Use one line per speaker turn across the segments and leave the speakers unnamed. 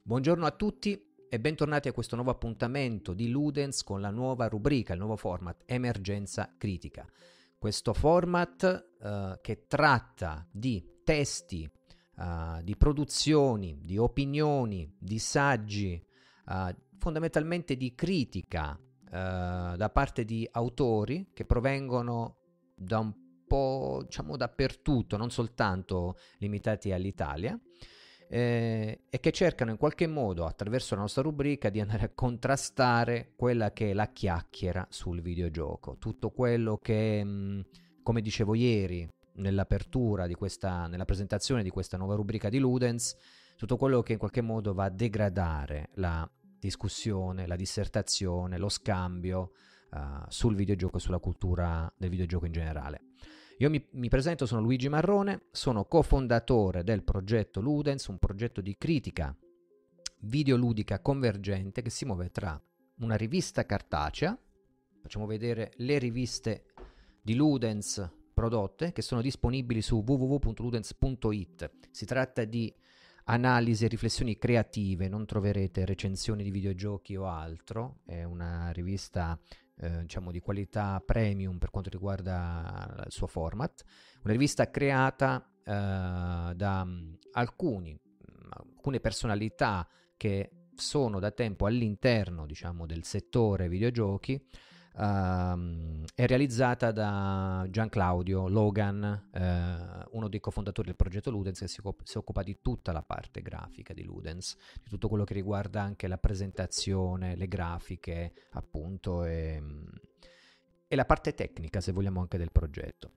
Buongiorno a tutti e bentornati a questo nuovo appuntamento di Ludens con la nuova rubrica, il nuovo format Emergenza Critica. Questo format che tratta di testi, di produzioni, di opinioni, di saggi, fondamentalmente di critica da parte di autori che provengono da un po', diciamo, dappertutto, non soltanto limitati all'Italia. E che cercano in qualche modo, attraverso la nostra rubrica, di andare a contrastare quella che è la chiacchiera sul videogioco. Tutto quello che, come dicevo ieri, nell'apertura di nella presentazione di questa nuova rubrica di Ludens, tutto quello che in qualche modo va a degradare la discussione, la dissertazione, lo scambio sul videogioco e sulla cultura del videogioco in generale. Io mi presento, sono Luigi Marrone, sono cofondatore del progetto Ludens, un progetto di critica videoludica convergente che si muove tra una rivista cartacea, facciamo vedere le riviste di Ludens prodotte che sono disponibili su www.ludens.it. Si tratta di analisi e riflessioni creative, non troverete recensioni di videogiochi o altro, è una rivista diciamo di qualità premium per quanto riguarda il suo format, una rivista creata da alcune personalità che sono da tempo all'interno, diciamo, del settore videogiochi. È realizzata da Gian Claudio Logan, uno dei cofondatori del progetto Ludens, che si occupa di tutta la parte grafica di Ludens, di tutto quello che riguarda anche la presentazione, le grafiche, appunto, e la parte tecnica, se vogliamo, anche del progetto.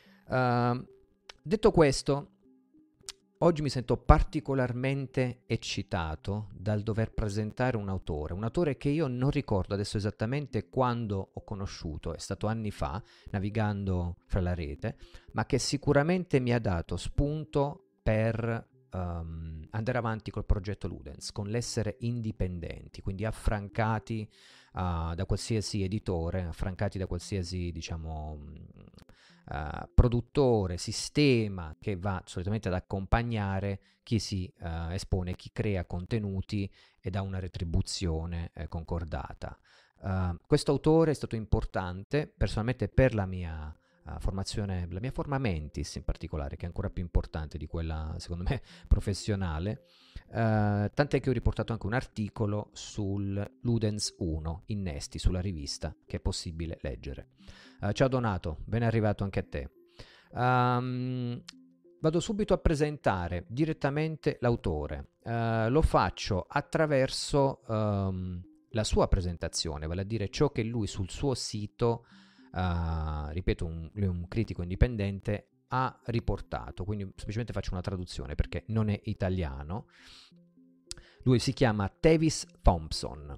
Detto questo, oggi mi sento particolarmente eccitato dal dover presentare un autore che io non ricordo adesso esattamente quando ho conosciuto, è stato anni fa, navigando fra la rete, ma che sicuramente mi ha dato spunto per andare avanti col progetto Ludens, con l'essere indipendenti, quindi affrancati da qualsiasi editore, affrancati da qualsiasi, diciamo, produttore, sistema che va solitamente ad accompagnare chi si espone, chi crea contenuti e dà una retribuzione concordata. Questo autore è stato importante personalmente per la mia formazione, la mia forma mentis in particolare, che è ancora più importante di quella, secondo me, professionale, tant'è che ho riportato anche un articolo sul Ludens 1 Innesti, sulla rivista, che è possibile leggere. Ciao Donato, ben arrivato anche a te. Vado subito a presentare direttamente l'autore. Lo faccio attraverso la sua presentazione, vale a dire ciò che lui sul suo sito, ripeto, lui è un critico indipendente, ha riportato, quindi semplicemente faccio una traduzione perché non è italiano. Lui si chiama Tavis Thompson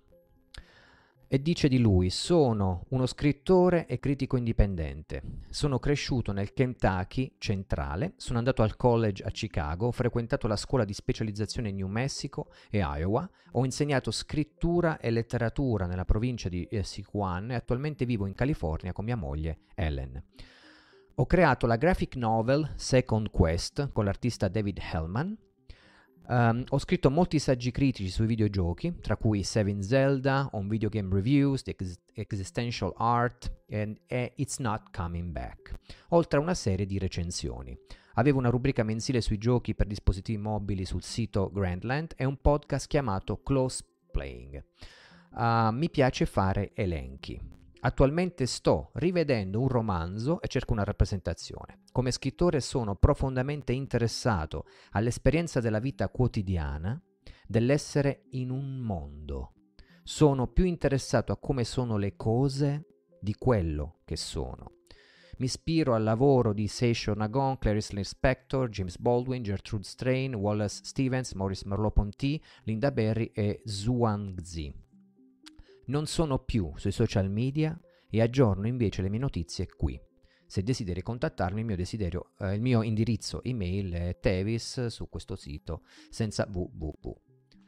e dice di lui: sono uno scrittore e critico indipendente, sono cresciuto nel Kentucky centrale, sono andato al college a Chicago, ho frequentato la scuola di specializzazione in New Mexico e Iowa, ho insegnato scrittura e letteratura nella provincia di Sichuan e attualmente vivo in California con mia moglie Ellen. Ho creato la graphic novel Second Quest con l'artista David Hellman. Ho scritto molti saggi critici sui videogiochi, tra cui Seven Zelda, On Video Game Reviews, The Existential Art e It's Not Coming Back, oltre a una serie di recensioni. Avevo una rubrica mensile sui giochi per dispositivi mobili sul sito Grandland e un podcast chiamato Close Playing. Mi piace fare elenchi. Attualmente sto rivedendo un romanzo e cerco una rappresentazione. Come scrittore sono profondamente interessato all'esperienza della vita quotidiana, dell'essere in un mondo. Sono più interessato a come sono le cose di quello che sono. Mi ispiro al lavoro di Seisho Nagon, Clarice Lispector, James Baldwin, Gertrude Strain, Wallace Stevens, Maurice Merleau-Ponty, Linda Berry e Zhuangzi. Non sono più sui social media e aggiorno invece le mie notizie qui. Se desideri contattarmi, il mio indirizzo email è Tavis su questo sito senza www.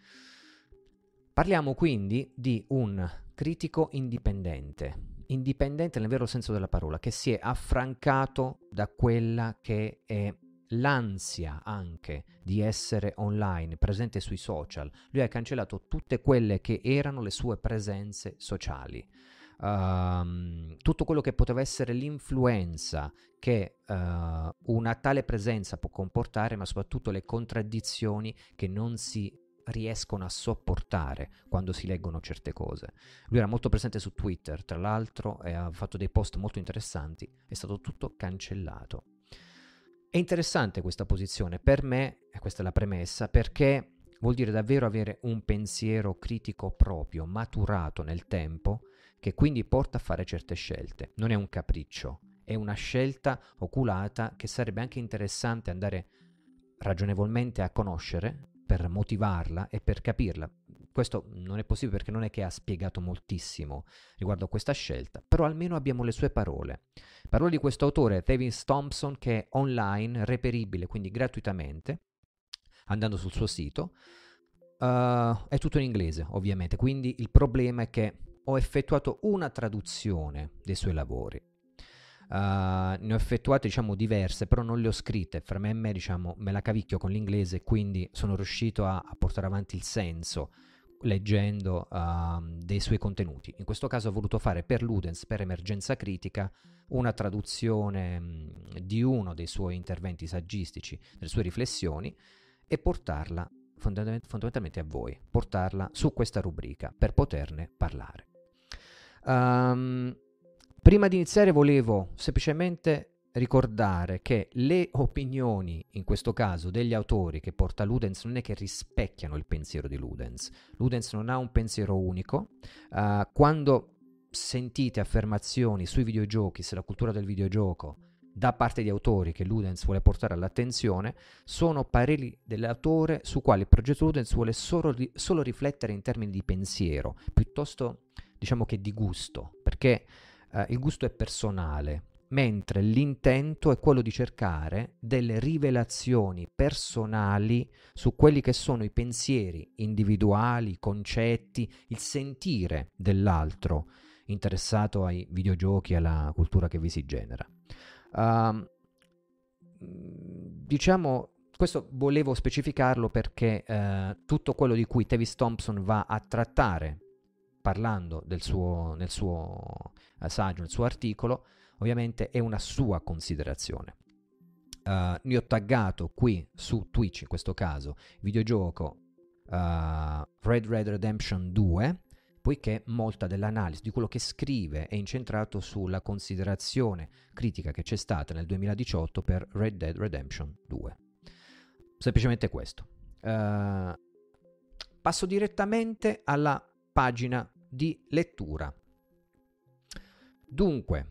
Parliamo quindi di un critico indipendente nel vero senso della parola, che si è affrancato da quella che è l'ansia anche di essere online, presente sui social. Lui ha cancellato tutte quelle che erano le sue presenze sociali. Tutto quello che poteva essere l'influenza che una tale presenza può comportare, ma soprattutto le contraddizioni che non si riescono a sopportare quando si leggono certe cose. Lui era molto presente su Twitter, tra l'altro, e ha fatto dei post molto interessanti, è stato tutto cancellato. È interessante questa posizione per me, e questa è la premessa, perché vuol dire davvero avere un pensiero critico proprio, maturato nel tempo, che quindi porta a fare certe scelte. Non è un capriccio, è una scelta oculata che sarebbe anche interessante andare ragionevolmente a conoscere per motivarla e per capirla. Questo non è possibile perché non è che ha spiegato moltissimo riguardo a questa scelta, però almeno abbiamo le sue parole. Parole di questo autore, Tavis Thompson, che è online, reperibile, quindi gratuitamente, andando sul suo sito. È tutto in inglese, ovviamente, quindi il problema è che ho effettuato una traduzione dei suoi lavori. Ne ho effettuate, diciamo, diverse, però non le ho scritte. Fra me e me, diciamo, me la cavicchio con l'inglese, quindi sono riuscito a portare avanti il senso leggendo dei suoi contenuti. In questo caso ho voluto fare per Ludens, per Emergenza Critica, una traduzione di uno dei suoi interventi saggistici, delle sue riflessioni, e portarla fondamentalmente a voi, portarla su questa rubrica per poterne parlare. Prima di iniziare volevo semplicemente ricordare che le opinioni, in questo caso degli autori che porta Ludens, non è che rispecchiano il pensiero di Ludens. Ludens non ha un pensiero unico. Quando sentite affermazioni sui videogiochi, sulla cultura del videogioco, da parte di autori che Ludens vuole portare all'attenzione, sono pareri dell'autore su quali il progetto Ludens vuole solo riflettere in termini di pensiero, piuttosto, diciamo, che di gusto, perché il gusto è personale, mentre l'intento è quello di cercare delle rivelazioni personali su quelli che sono i pensieri individuali, i concetti, il sentire dell'altro interessato ai videogiochi e alla cultura che vi si genera. Diciamo, questo volevo specificarlo perché tutto quello di cui Tavis Thompson va a trattare parlando nel suo saggio, nel suo articolo, ovviamente è una sua considerazione. Ne ho taggato qui su Twitch, in questo caso, il videogioco Red Dead Redemption 2, poiché molta dell'analisi di quello che scrive è incentrato sulla considerazione critica che c'è stata nel 2018 per Red Dead Redemption 2. Semplicemente questo. Passo direttamente alla pagina di lettura. Dunque,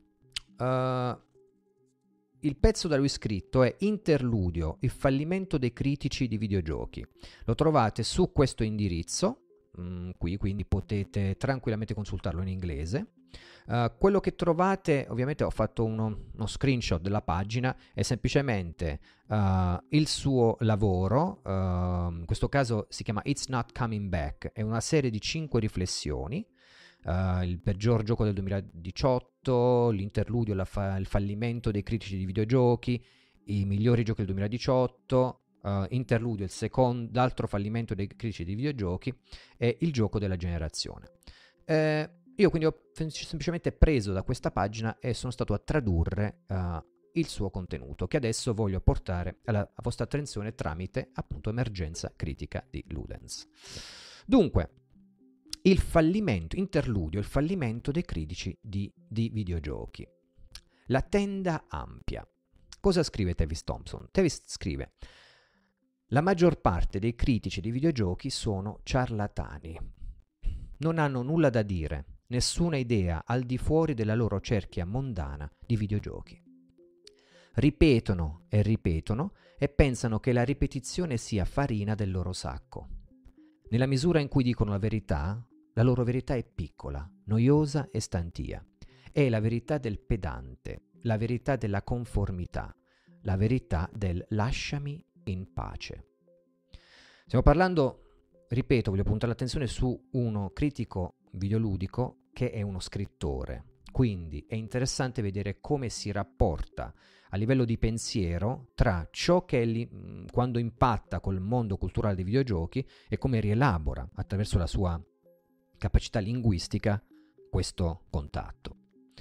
il pezzo da lui scritto è Interludio, il fallimento dei critici di videogiochi. Lo trovate su questo indirizzo, qui, quindi potete tranquillamente consultarlo in inglese. Quello che trovate, ovviamente ho fatto uno screenshot della pagina, è semplicemente il suo lavoro, in questo caso si chiama It's Not Coming Back, è una serie di 5 riflessioni. Il peggior gioco del 2018, l'interludio, il fallimento dei critici di videogiochi, i migliori giochi del 2018, interludio, l'altro fallimento dei critici di videogiochi e il gioco della generazione. Io quindi ho semplicemente preso da questa pagina e sono stato a tradurre il suo contenuto, che adesso voglio portare alla vostra attenzione tramite appunto Emergenza Critica di Ludens. Dunque, il fallimento, interludio, il fallimento dei critici di videogiochi. La tenda ampia. Cosa scrive Tavis Thompson? Tavis scrive: la maggior parte dei critici di videogiochi sono ciarlatani. Non hanno nulla da dire, nessuna idea al di fuori della loro cerchia mondana di videogiochi. Ripetono e ripetono e pensano che la ripetizione sia farina del loro sacco. Nella misura in cui dicono la verità, la loro verità è piccola, noiosa e stantia. È la verità del pedante, la verità della conformità, la verità del lasciami in pace. Stiamo parlando, ripeto, voglio puntare l'attenzione su uno critico videoludico che è uno scrittore. Quindi è interessante vedere come si rapporta a livello di pensiero tra ciò che quando impatta col mondo culturale dei videogiochi e come rielabora attraverso la sua capacità linguistica questo contatto.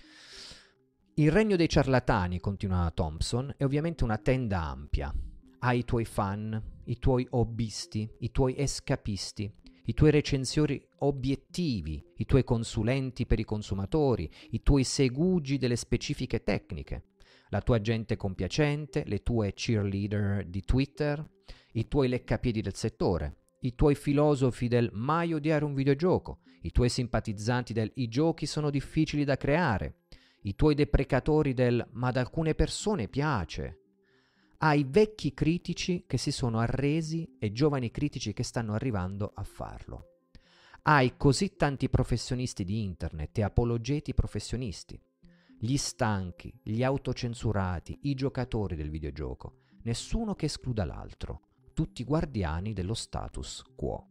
Il regno dei ciarlatani, continua Thompson, è ovviamente una tenda ampia. Hai i tuoi fan, i tuoi hobbisti, i tuoi escapisti, i tuoi recensori obiettivi, i tuoi consulenti per i consumatori, i tuoi segugi delle specifiche tecniche, la tua gente compiacente, le tue cheerleader di Twitter, i tuoi leccapiedi del settore, i tuoi filosofi del mai odiare un videogioco, i tuoi simpatizzanti del i giochi sono difficili da creare, i tuoi deprecatori del ma ad alcune persone piace, ai vecchi critici che si sono arresi e giovani critici che stanno arrivando a farlo, ai così tanti professionisti di internet e apologeti professionisti, gli stanchi, gli autocensurati, i giocatori del videogioco, nessuno che escluda l'altro, tutti guardiani dello status quo.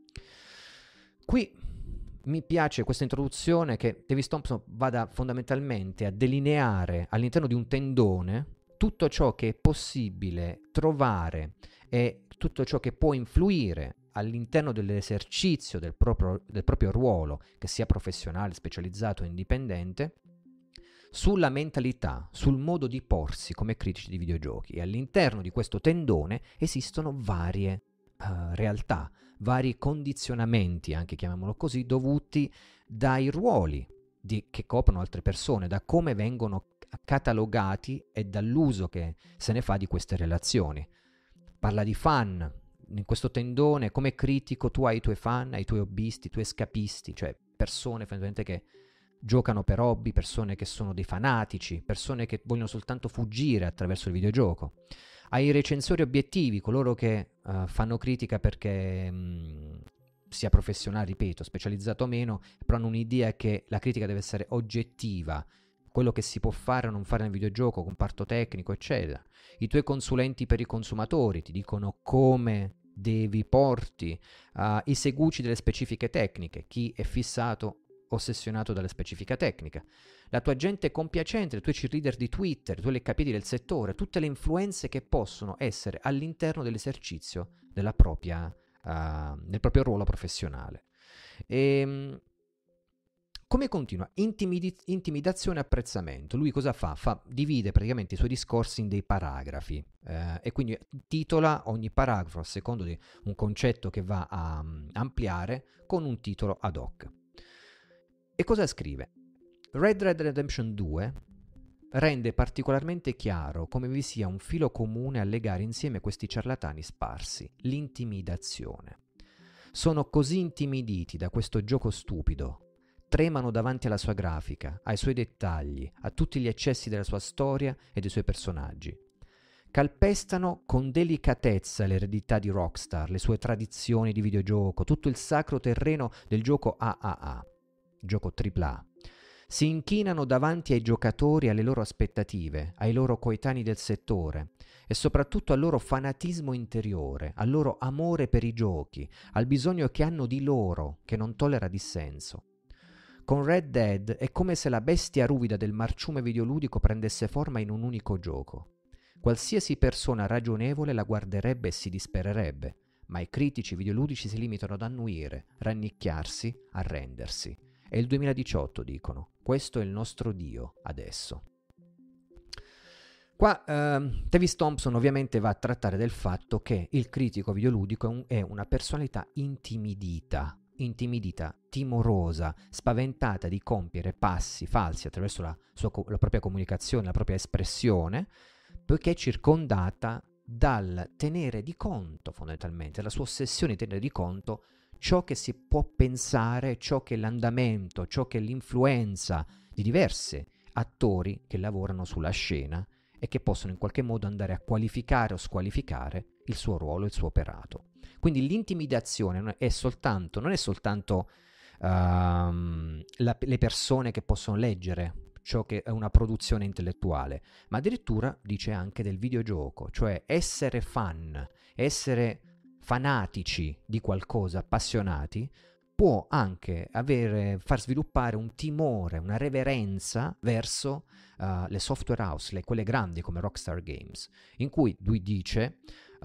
Qui mi piace questa introduzione che Davis Thompson vada fondamentalmente a delineare all'interno di un tendone tutto ciò che è possibile trovare e tutto ciò che può influire all'interno dell'esercizio del proprio ruolo, che sia professionale, specializzato o indipendente, sulla mentalità, sul modo di porsi come critici di videogiochi. E all'interno di questo tendone esistono varie realtà, vari condizionamenti, anche chiamiamolo così, dovuti dai ruoli che coprono altre persone, da come vengono catalogati e dall'uso che se ne fa di queste relazioni. Parla di fan. In questo tendone, come critico, tu hai i tuoi fan, hai i tuoi hobbisti, i tuoi escapisti, cioè persone fondamentalmente che giocano per hobby, persone che sono dei fanatici, persone che vogliono soltanto fuggire attraverso il videogioco. Hai i recensori obiettivi, coloro che fanno critica perché sia professionale, ripeto, specializzato o meno, però hanno un'idea che la critica deve essere oggettiva, quello che si può fare o non fare nel videogioco, comparto tecnico, eccetera. I tuoi consulenti per i consumatori ti dicono come devi porti, i seguci delle specifiche tecniche, chi è fissato, ossessionato dalle specifiche tecniche, la tua gente compiacente, i tuoi cheerleader di Twitter, i tuoi leccapiedi del settore, tutte le influenze che possono essere all'interno dell'esercizio del proprio ruolo professionale. Come continua? Intimidazione e apprezzamento. Lui cosa fa? Divide praticamente i suoi discorsi in dei paragrafi e quindi titola ogni paragrafo a secondo di un concetto che va a ampliare con un titolo ad hoc. E cosa scrive? Red Dead Redemption 2 rende particolarmente chiaro come vi sia un filo comune a legare insieme questi ciarlatani sparsi: l'intimidazione. Sono così intimiditi da questo gioco stupido, tremano davanti alla sua grafica, ai suoi dettagli, a tutti gli eccessi della sua storia e dei suoi personaggi. Calpestano con delicatezza l'eredità di Rockstar, le sue tradizioni di videogioco, tutto il sacro terreno del gioco AAA, gioco AAA. Si inchinano davanti ai giocatori e alle loro aspettative, ai loro coetanei del settore e soprattutto al loro fanatismo interiore, al loro amore per i giochi, al bisogno che hanno di loro, che non tollera dissenso. Con Red Dead è come se la bestia ruvida del marciume videoludico prendesse forma in un unico gioco. Qualsiasi persona ragionevole la guarderebbe e si dispererebbe, ma i critici videoludici si limitano ad annuire, rannicchiarsi, arrendersi. È il 2018, dicono. Questo è il nostro Dio adesso. Qua Davis Thompson ovviamente va a trattare del fatto che il critico videoludico è una personalità intimidita, timorosa, spaventata di compiere passi falsi attraverso la propria comunicazione, la propria espressione, poiché è circondata dal tenere di conto, fondamentalmente, la sua ossessione di tenere di conto ciò che si può pensare, ciò che è l'andamento, ciò che è l'influenza di diversi attori che lavorano sulla scena e che possono in qualche modo andare a qualificare o squalificare il suo ruolo, il suo operato. Quindi l'intimidazione non è soltanto le persone che possono leggere ciò che è una produzione intellettuale, ma addirittura dice anche del videogioco, cioè essere fan, essere fanatici di qualcosa, appassionati, può anche far sviluppare un timore, una reverenza verso le software house, quelle grandi come Rockstar Games, in cui lui dice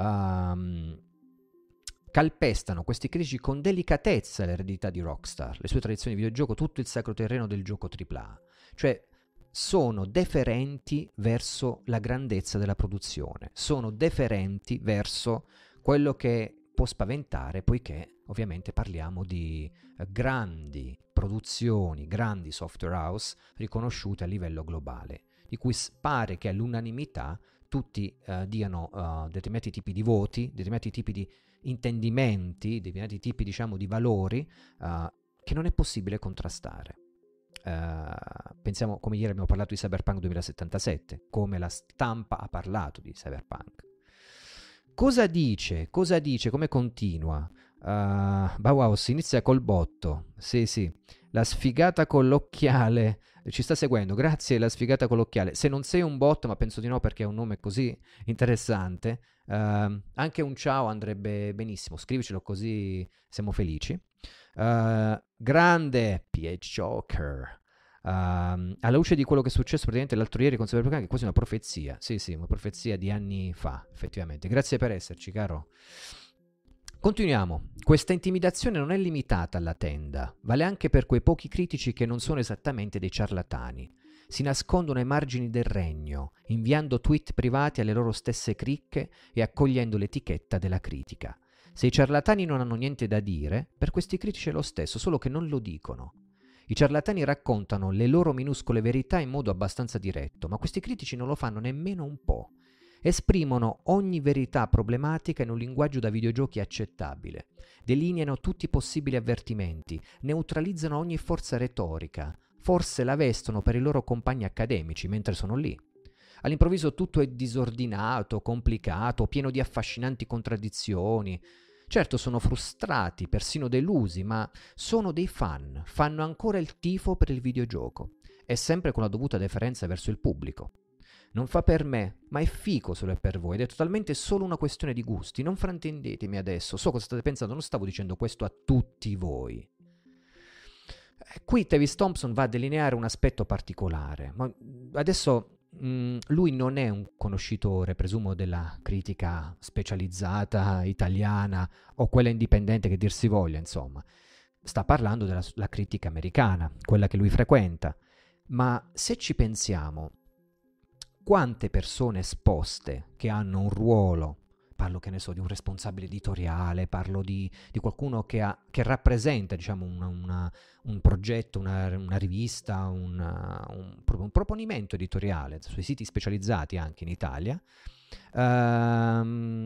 calpestano questi critici con delicatezza l'eredità di Rockstar, le sue tradizioni di videogioco, tutto il sacro terreno del gioco AAA. Cioè sono deferenti verso la grandezza della produzione, sono deferenti verso quello che può spaventare, poiché ovviamente parliamo di grandi produzioni, grandi software house riconosciute a livello globale, di cui pare che all'unanimità tutti diano determinati tipi di voti, determinati tipi di intendimenti, determinati tipi, diciamo, di valori che non è possibile contrastare. Pensiamo, come ieri abbiamo parlato di Cyberpunk 2077, come la stampa ha parlato di Cyberpunk. Cosa dice? Come continua? Bauhaus inizia col botto. Sì, la sfigata con l'occhiale. Ci sta seguendo, grazie, la sfigata con l'occhiale. Se non sei un bot, ma penso di no perché è un nome così interessante, anche un ciao andrebbe benissimo. Scrivicelo così siamo felici. Grande PH Joker. Alla luce di quello che è successo praticamente l'altro ieri con Cyberpunk, che è quasi una profezia. Sì, una profezia di anni fa, effettivamente. Grazie per esserci, caro. Continuiamo. Questa intimidazione non è limitata alla tenda, vale anche per quei pochi critici che non sono esattamente dei ciarlatani. Si nascondono ai margini del regno, inviando tweet privati alle loro stesse cricche e accogliendo l'etichetta della critica. Se i ciarlatani non hanno niente da dire, per questi critici è lo stesso, solo che non lo dicono. I ciarlatani raccontano le loro minuscole verità in modo abbastanza diretto, ma questi critici non lo fanno nemmeno un po'. Esprimono ogni verità problematica in un linguaggio da videogiochi accettabile, delineano tutti i possibili avvertimenti, neutralizzano ogni forza retorica, forse la vestono per i loro compagni accademici mentre sono lì. All'improvviso tutto è disordinato, complicato, pieno di affascinanti contraddizioni. Certo sono frustrati, persino delusi, ma sono dei fan, fanno ancora il tifo per il videogioco, e sempre con la dovuta deferenza verso il pubblico. Non fa per me, ma è fico solo per voi, ed è totalmente solo una questione di gusti, non fraintendetemi adesso, so cosa state pensando, non stavo dicendo questo a tutti voi. Qui Tavis Thompson va a delineare un aspetto particolare, ma adesso lui non è un conoscitore, presumo, della critica specializzata italiana o quella indipendente che dir si voglia, insomma. Sta parlando della critica americana, quella che lui frequenta. Ma se ci pensiamo, quante persone esposte che hanno un ruolo, parlo, che ne so, di un responsabile editoriale, parlo di qualcuno che rappresenta, diciamo, un progetto, una rivista, un proponimento editoriale sui siti specializzati anche in Italia, fa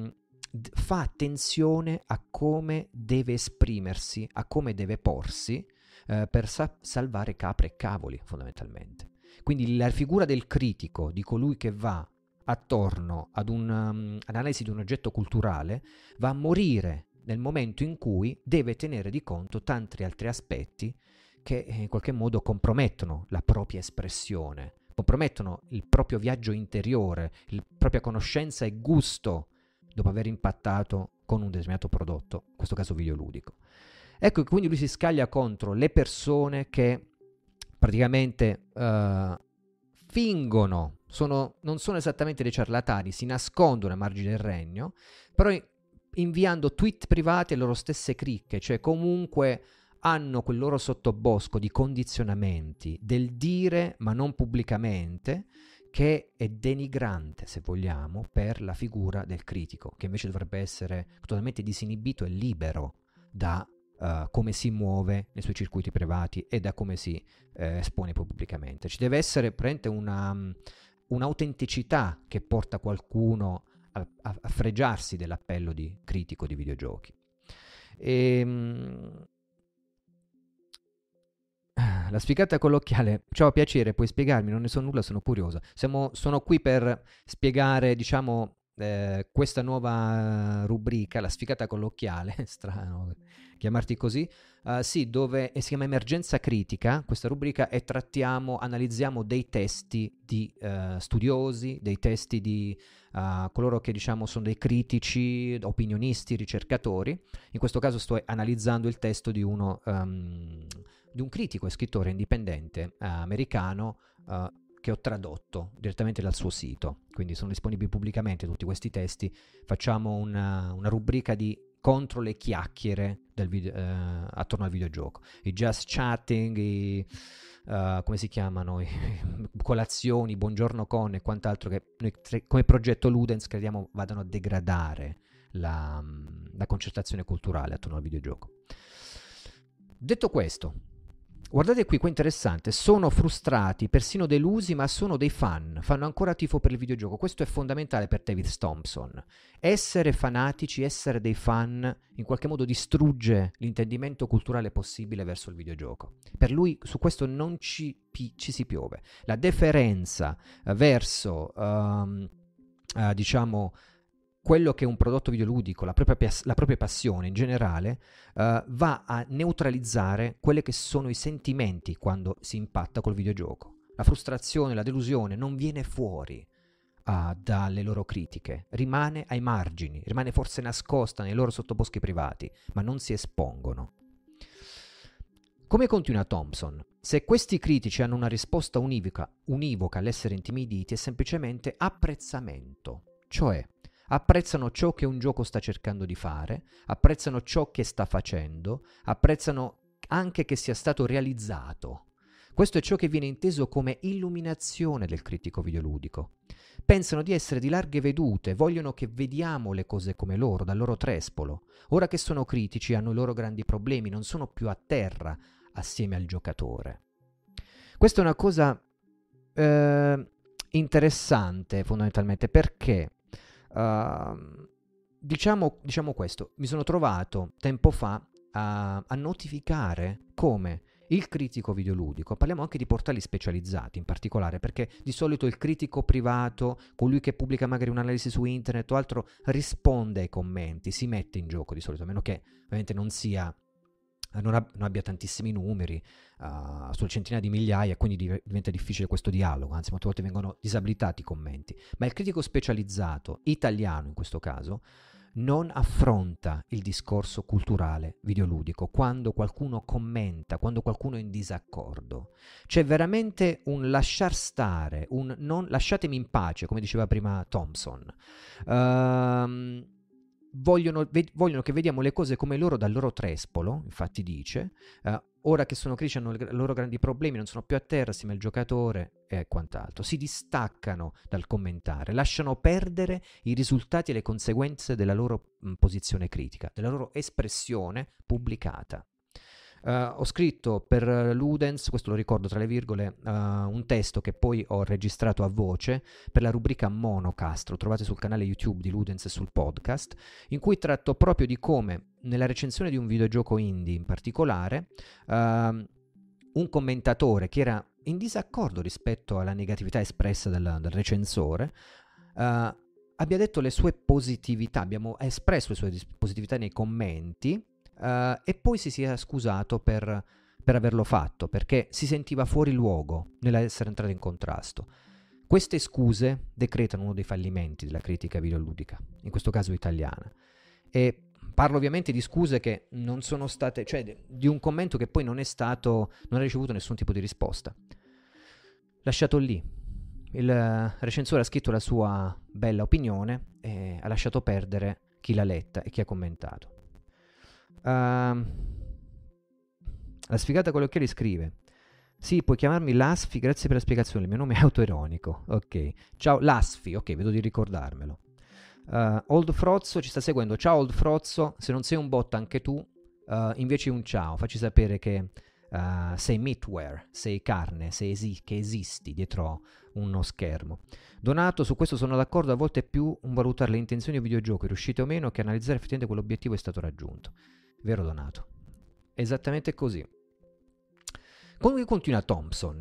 attenzione a come deve esprimersi, a come deve porsi per salvare capre e cavoli, fondamentalmente. Quindi la figura del critico, di colui che va attorno ad un'analisi di un oggetto culturale, va a morire nel momento in cui deve tenere di conto tanti altri aspetti che in qualche modo compromettono la propria espressione, compromettono il proprio viaggio interiore, la propria conoscenza e gusto dopo aver impattato con un determinato prodotto, in questo caso videoludico. Ecco che quindi lui si scaglia contro le persone che praticamente fingono, non sono esattamente dei ciarlatani, si nascondono ai margini del regno, però inviando tweet privati alle loro stesse cricche, cioè comunque hanno quel loro sottobosco di condizionamenti del dire ma non pubblicamente, che è denigrante, se vogliamo, per la figura del critico, che invece dovrebbe essere totalmente disinibito e libero da come si muove nei suoi circuiti privati e da come si espone poi pubblicamente. Ci deve essere un'autenticità che porta qualcuno a fregiarsi dell'appello di critico di videogiochi. La sfigata con l'occhiale, ciao, piacere, puoi spiegarmi? Non ne so nulla, sono curiosa. Sono qui per spiegare, diciamo, questa nuova rubrica, la sfigata colloquiale, strano chiamarti così, sì, dove si chiama Emergenza Critica, questa rubrica, e analizziamo dei testi di studiosi, dei testi di coloro che diciamo sono dei critici, opinionisti, ricercatori. In questo caso sto analizzando il testo di un critico e scrittore indipendente americano che ho tradotto direttamente dal suo sito, quindi sono disponibili pubblicamente tutti questi testi. Facciamo una rubrica di contro le chiacchiere attorno al videogioco, i just chatting, come si chiamano, colazioni, buongiorno con e quant'altro, che noi come progetto Ludens crediamo vadano a degradare la concertazione culturale attorno al videogioco. Detto questo, guardate qui, qua interessante, sono frustrati, persino delusi, ma sono dei fan, fanno ancora tifo per il videogioco. Questo è fondamentale per David Thompson. Essere fanatici, essere dei fan, in qualche modo distrugge l'intendimento culturale possibile verso il videogioco. Per lui su questo non ci si piove. La deferenza verso, diciamo, quello che è un prodotto videoludico, la propria passione in generale, va a neutralizzare quelli che sono i sentimenti quando si impatta col videogioco. La frustrazione, la delusione non viene fuori dalle loro critiche, rimane ai margini, rimane forse nascosta nei loro sottoboschi privati, ma non si espongono. Come continua Thompson, se questi critici hanno una risposta univoca all'essere intimiditi, è semplicemente apprezzamento, cioè apprezzano ciò che un gioco sta cercando di fare, apprezzano ciò che sta facendo, apprezzano anche che sia stato realizzato. Questo è ciò che viene inteso come illuminazione del critico videoludico. Pensano di essere di larghe vedute, vogliono che vediamo le cose come loro, dal loro trespolo. Ora che sono critici hanno i loro grandi problemi, non sono più a terra assieme al giocatore. Questa è una cosa interessante fondamentalmente, perché diciamo questo, mi sono trovato tempo fa a notificare come il critico videoludico, parliamo anche di portali specializzati in particolare, perché di solito il critico privato, colui che pubblica magari un'analisi su internet o altro, risponde ai commenti, si mette in gioco di solito, a meno che ovviamente non abbia tantissimi numeri, sulle centinaia di migliaia, quindi diventa difficile questo dialogo, anzi molte volte vengono disabilitati i commenti. Ma il critico specializzato, italiano in questo caso, non affronta il discorso culturale videoludico quando qualcuno commenta, quando qualcuno è in disaccordo. C'è veramente un lasciar stare, un non lasciatemi in pace, come diceva prima Thompson. Vogliono che vediamo le cose come loro, dal loro trespolo, infatti dice, ora che sono critici hanno i loro grandi problemi, non sono più a terra assieme al giocatore e quant'altro. Si distaccano dal commentare, lasciano perdere i risultati e le conseguenze della loro posizione critica, della loro espressione pubblicata. Ho scritto per Ludens, questo lo ricordo tra le virgole, un testo che poi ho registrato a voce per la rubrica Monocast, lo trovate sul canale YouTube di Ludens e sul podcast, in cui tratto proprio di come nella recensione di un videogioco indie in particolare un commentatore che era in disaccordo rispetto alla negatività espressa dal recensore abbia detto le sue positività, abbiamo espresso le sue positività nei commenti, e poi si sia scusato per averlo fatto, perché si sentiva fuori luogo nell'essere entrato in contrasto. Queste scuse decretano uno dei fallimenti della critica videoludica, in questo caso italiana. E parlo ovviamente di scuse che non sono state, cioè di un commento che poi non ha ricevuto nessun tipo di risposta. Lasciato lì. Il recensore ha scritto la sua bella opinione e ha lasciato perdere chi l'ha letta e chi ha commentato. La sfigata con gli occhiali scrive: sì, puoi chiamarmi Lasfi, grazie per la spiegazione, il mio nome è autoironico. Ok, ciao Lasfi, ok, vedo di ricordarmelo. Old Frozzo ci sta seguendo. Ciao Old Frozzo, se non sei un bot anche tu, invece un ciao, facci sapere che sei meatware, sei carne, che esisti dietro uno schermo. Donato, su questo sono d'accordo, a volte è più un valutare le intenzioni del videogioco, riuscite o meno, che analizzare effettivamente quell'obiettivo è stato raggiunto. Vero Donato? Esattamente così. Come continua Thompson?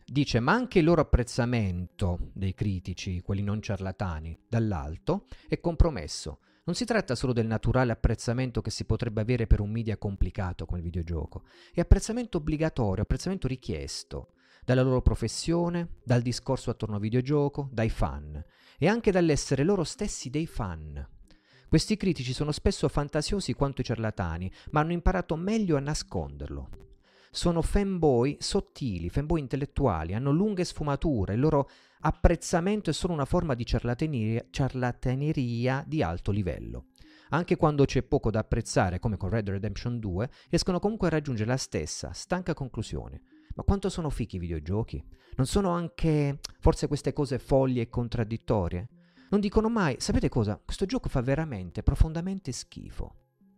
dice ma anche il loro apprezzamento dei critici, quelli non ciarlatani, dall'alto, è compromesso. Non si tratta solo del naturale apprezzamento che si potrebbe avere per un media complicato come il videogioco, è apprezzamento obbligatorio, apprezzamento richiesto dalla loro professione, dal discorso attorno al videogioco, dai fan e anche dall'essere loro stessi dei fan. Questi critici sono spesso fantasiosi quanto i ciarlatani, ma hanno imparato meglio a nasconderlo. Sono fanboy sottili, fanboy intellettuali, hanno lunghe sfumature, il loro apprezzamento è solo una forma di ciarlataneria di alto livello. Anche quando c'è poco da apprezzare, come con Red Dead Redemption 2, riescono comunque a raggiungere la stessa, stanca conclusione. Ma quanto sono fichi i videogiochi? Non sono anche forse queste cose folli e contraddittorie? Non dicono mai, sapete cosa? Questo gioco fa veramente, profondamente schifo.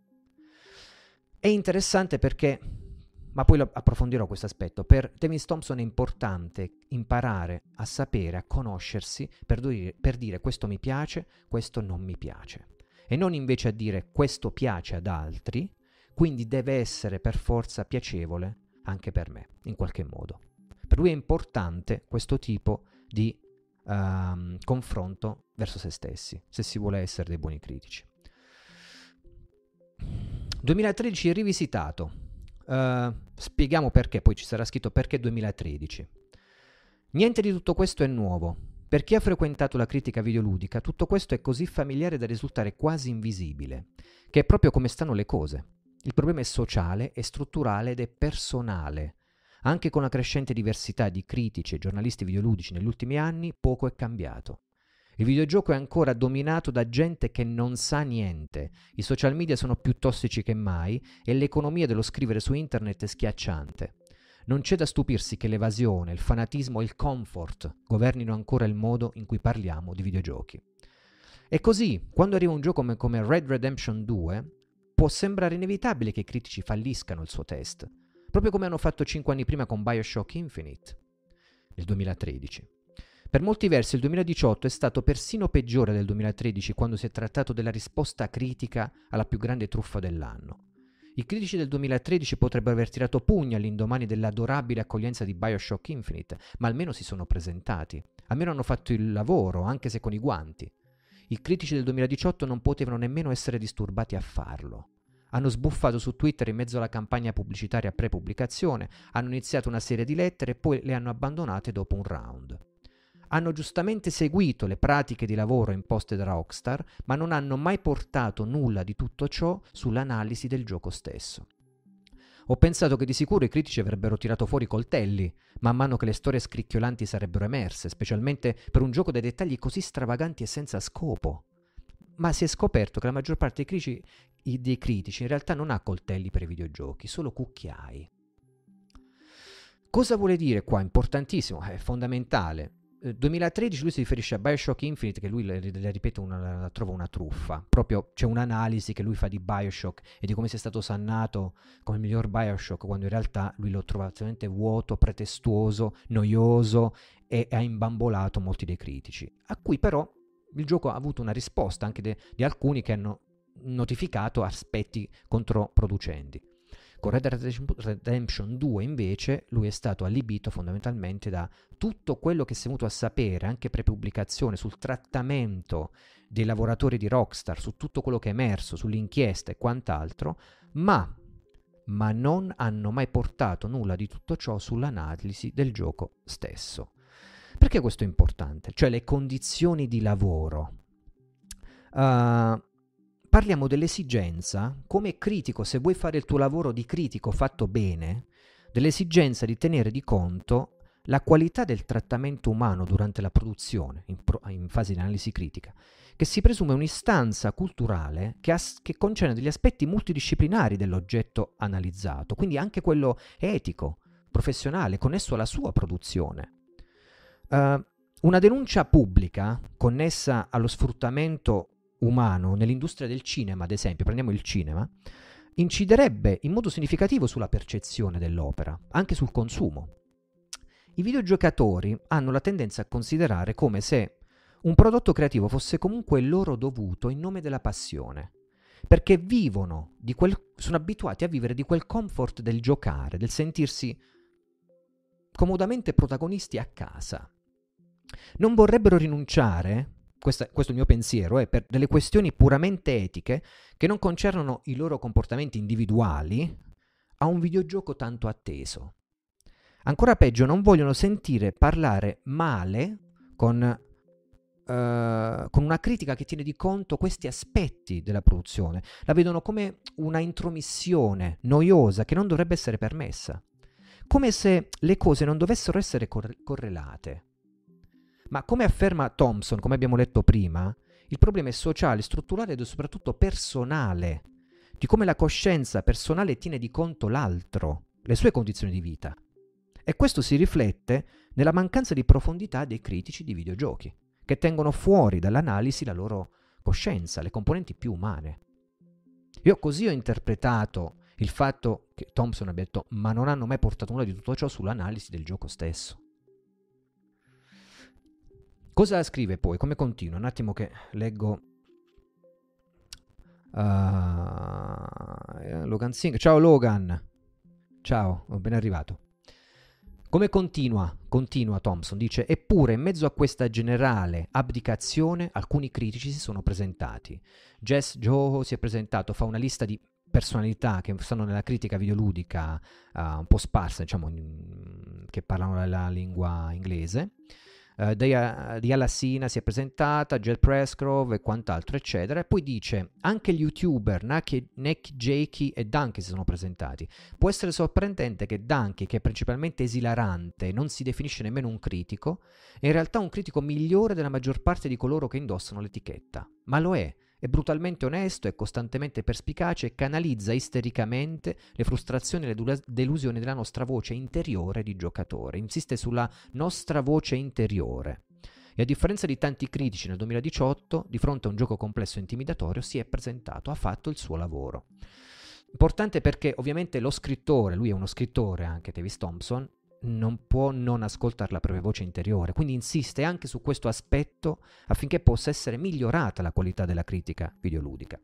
È interessante perché, ma poi approfondirò questo aspetto, per David Thompson è importante imparare a sapere, a conoscersi, per dire questo mi piace, questo non mi piace. E non invece a dire questo piace ad altri, quindi deve essere per forza piacevole anche per me, in qualche modo. Per lui è importante questo tipo di confronto verso se stessi, se si vuole essere dei buoni critici. 2013 rivisitato. Spieghiamo perché, poi ci sarà scritto perché 2013. Niente di tutto questo è nuovo. Per chi ha frequentato la critica videoludica, tutto questo è così familiare da risultare quasi invisibile, che è proprio come stanno le cose. Il problema è sociale, è strutturale ed è personale. Anche con la crescente diversità di critici e giornalisti videoludici negli ultimi anni, poco è cambiato. Il videogioco è ancora dominato da gente che non sa niente, i social media sono più tossici che mai e l'economia dello scrivere su internet è schiacciante. Non c'è da stupirsi che l'evasione, il fanatismo e il comfort governino ancora il modo in cui parliamo di videogiochi. E così, quando arriva un gioco come Red Dead Redemption 2, può sembrare inevitabile che i critici falliscano il suo test, proprio come hanno fatto 5 anni prima con BioShock Infinite, nel 2013. Per molti versi il 2018 è stato persino peggiore del 2013 quando si è trattato della risposta critica alla più grande truffa dell'anno. I critici del 2013 potrebbero aver tirato pugni all'indomani dell'adorabile accoglienza di BioShock Infinite, ma almeno si sono presentati, almeno hanno fatto il lavoro, anche se con i guanti. I critici del 2018 non potevano nemmeno essere disturbati a farlo. Hanno sbuffato su Twitter in mezzo alla campagna pubblicitaria pre-pubblicazione, hanno iniziato una serie di lettere e poi le hanno abbandonate dopo un round. Hanno giustamente seguito le pratiche di lavoro imposte da Rockstar, ma non hanno mai portato nulla di tutto ciò sull'analisi del gioco stesso. Ho pensato che di sicuro i critici avrebbero tirato fuori i coltelli, man mano che le storie scricchiolanti sarebbero emerse, specialmente per un gioco dai dettagli così stravaganti e senza scopo. Ma si è scoperto che la maggior parte dei critici in realtà non ha coltelli per i videogiochi, solo cucchiai. Cosa vuole dire qua? Importantissimo, è fondamentale. 2013 lui si riferisce a BioShock Infinite, che lui, ripeto, la trova una truffa. Proprio c'è un'analisi che lui fa di BioShock e di come sia stato sannato come il miglior BioShock, quando in realtà lui lo trova assolutamente vuoto, pretestuoso, noioso e ha imbambolato molti dei critici, a cui però il gioco ha avuto una risposta anche di alcuni che hanno notificato aspetti controproducenti. Con Red Dead Redemption 2 invece lui è stato allibito fondamentalmente da tutto quello che si è venuto a sapere anche pre-pubblicazione sul trattamento dei lavoratori di Rockstar, su tutto quello che è emerso, sull'inchiesta e quant'altro, ma non hanno mai portato nulla di tutto ciò sull'analisi del gioco stesso. Perché questo è importante? Cioè le condizioni di lavoro. Parliamo dell'esigenza, come critico, se vuoi fare il tuo lavoro di critico fatto bene, dell'esigenza di tenere di conto la qualità del trattamento umano durante la produzione, in fase di analisi critica, che si presume un'istanza culturale che concerne degli aspetti multidisciplinari dell'oggetto analizzato, quindi anche quello etico, professionale, connesso alla sua produzione. Una denuncia pubblica connessa allo sfruttamento umano nell'industria del cinema, ad esempio, prendiamo il cinema, inciderebbe in modo significativo sulla percezione dell'opera, anche sul consumo. I videogiocatori hanno la tendenza a considerare come se un prodotto creativo fosse comunque loro dovuto in nome della passione, perché sono abituati a vivere di quel comfort del giocare, del sentirsi comodamente protagonisti a casa. Non vorrebbero rinunciare, questo è il mio pensiero, per delle questioni puramente etiche che non concernono i loro comportamenti individuali, a un videogioco tanto atteso. Ancora peggio, non vogliono sentire parlare male con una critica che tiene di conto questi aspetti della produzione. La vedono come una intromissione noiosa che non dovrebbe essere permessa. Come se le cose non dovessero essere correlate. Ma come afferma Thompson, come abbiamo letto prima, il problema è sociale, strutturale e soprattutto personale, di come la coscienza personale tiene di conto l'altro, le sue condizioni di vita. E questo si riflette nella mancanza di profondità dei critici di videogiochi, che tengono fuori dall'analisi la loro coscienza, le componenti più umane. Io così ho interpretato il fatto che Thompson abbia detto ma non hanno mai portato nulla di tutto ciò sull'analisi del gioco stesso. Cosa scrive poi? Come continua? Un attimo che leggo. Logan Singh. Ciao Logan. Ciao, ben arrivato. Come continua Thompson, dice, eppure in mezzo a questa generale abdicazione alcuni critici si sono presentati. Jess Joho si è presentato, fa una lista di personalità che stanno nella critica videoludica un po' sparse, diciamo, che parlano la lingua inglese. Diala Sina si è presentata, Jed Prescrove e quant'altro, eccetera. E poi dice, anche gli youtuber Nick Jakey e Dunkey si sono presentati. Può essere sorprendente che Dunkey, che è principalmente esilarante, non si definisce nemmeno un critico, è in realtà un critico migliore della maggior parte di coloro che indossano l'etichetta. Ma lo è brutalmente onesto, è costantemente perspicace e canalizza istericamente le frustrazioni e le delusioni della nostra voce interiore di giocatore. Insiste sulla nostra voce interiore. E a differenza di tanti critici nel 2018, di fronte a un gioco complesso e intimidatorio, si è presentato, ha fatto il suo lavoro. Importante perché ovviamente lo scrittore, lui è uno scrittore anche, Tavis Thompson, non può non ascoltare la propria voce interiore, quindi insiste anche su questo aspetto affinché possa essere migliorata la qualità della critica videoludica.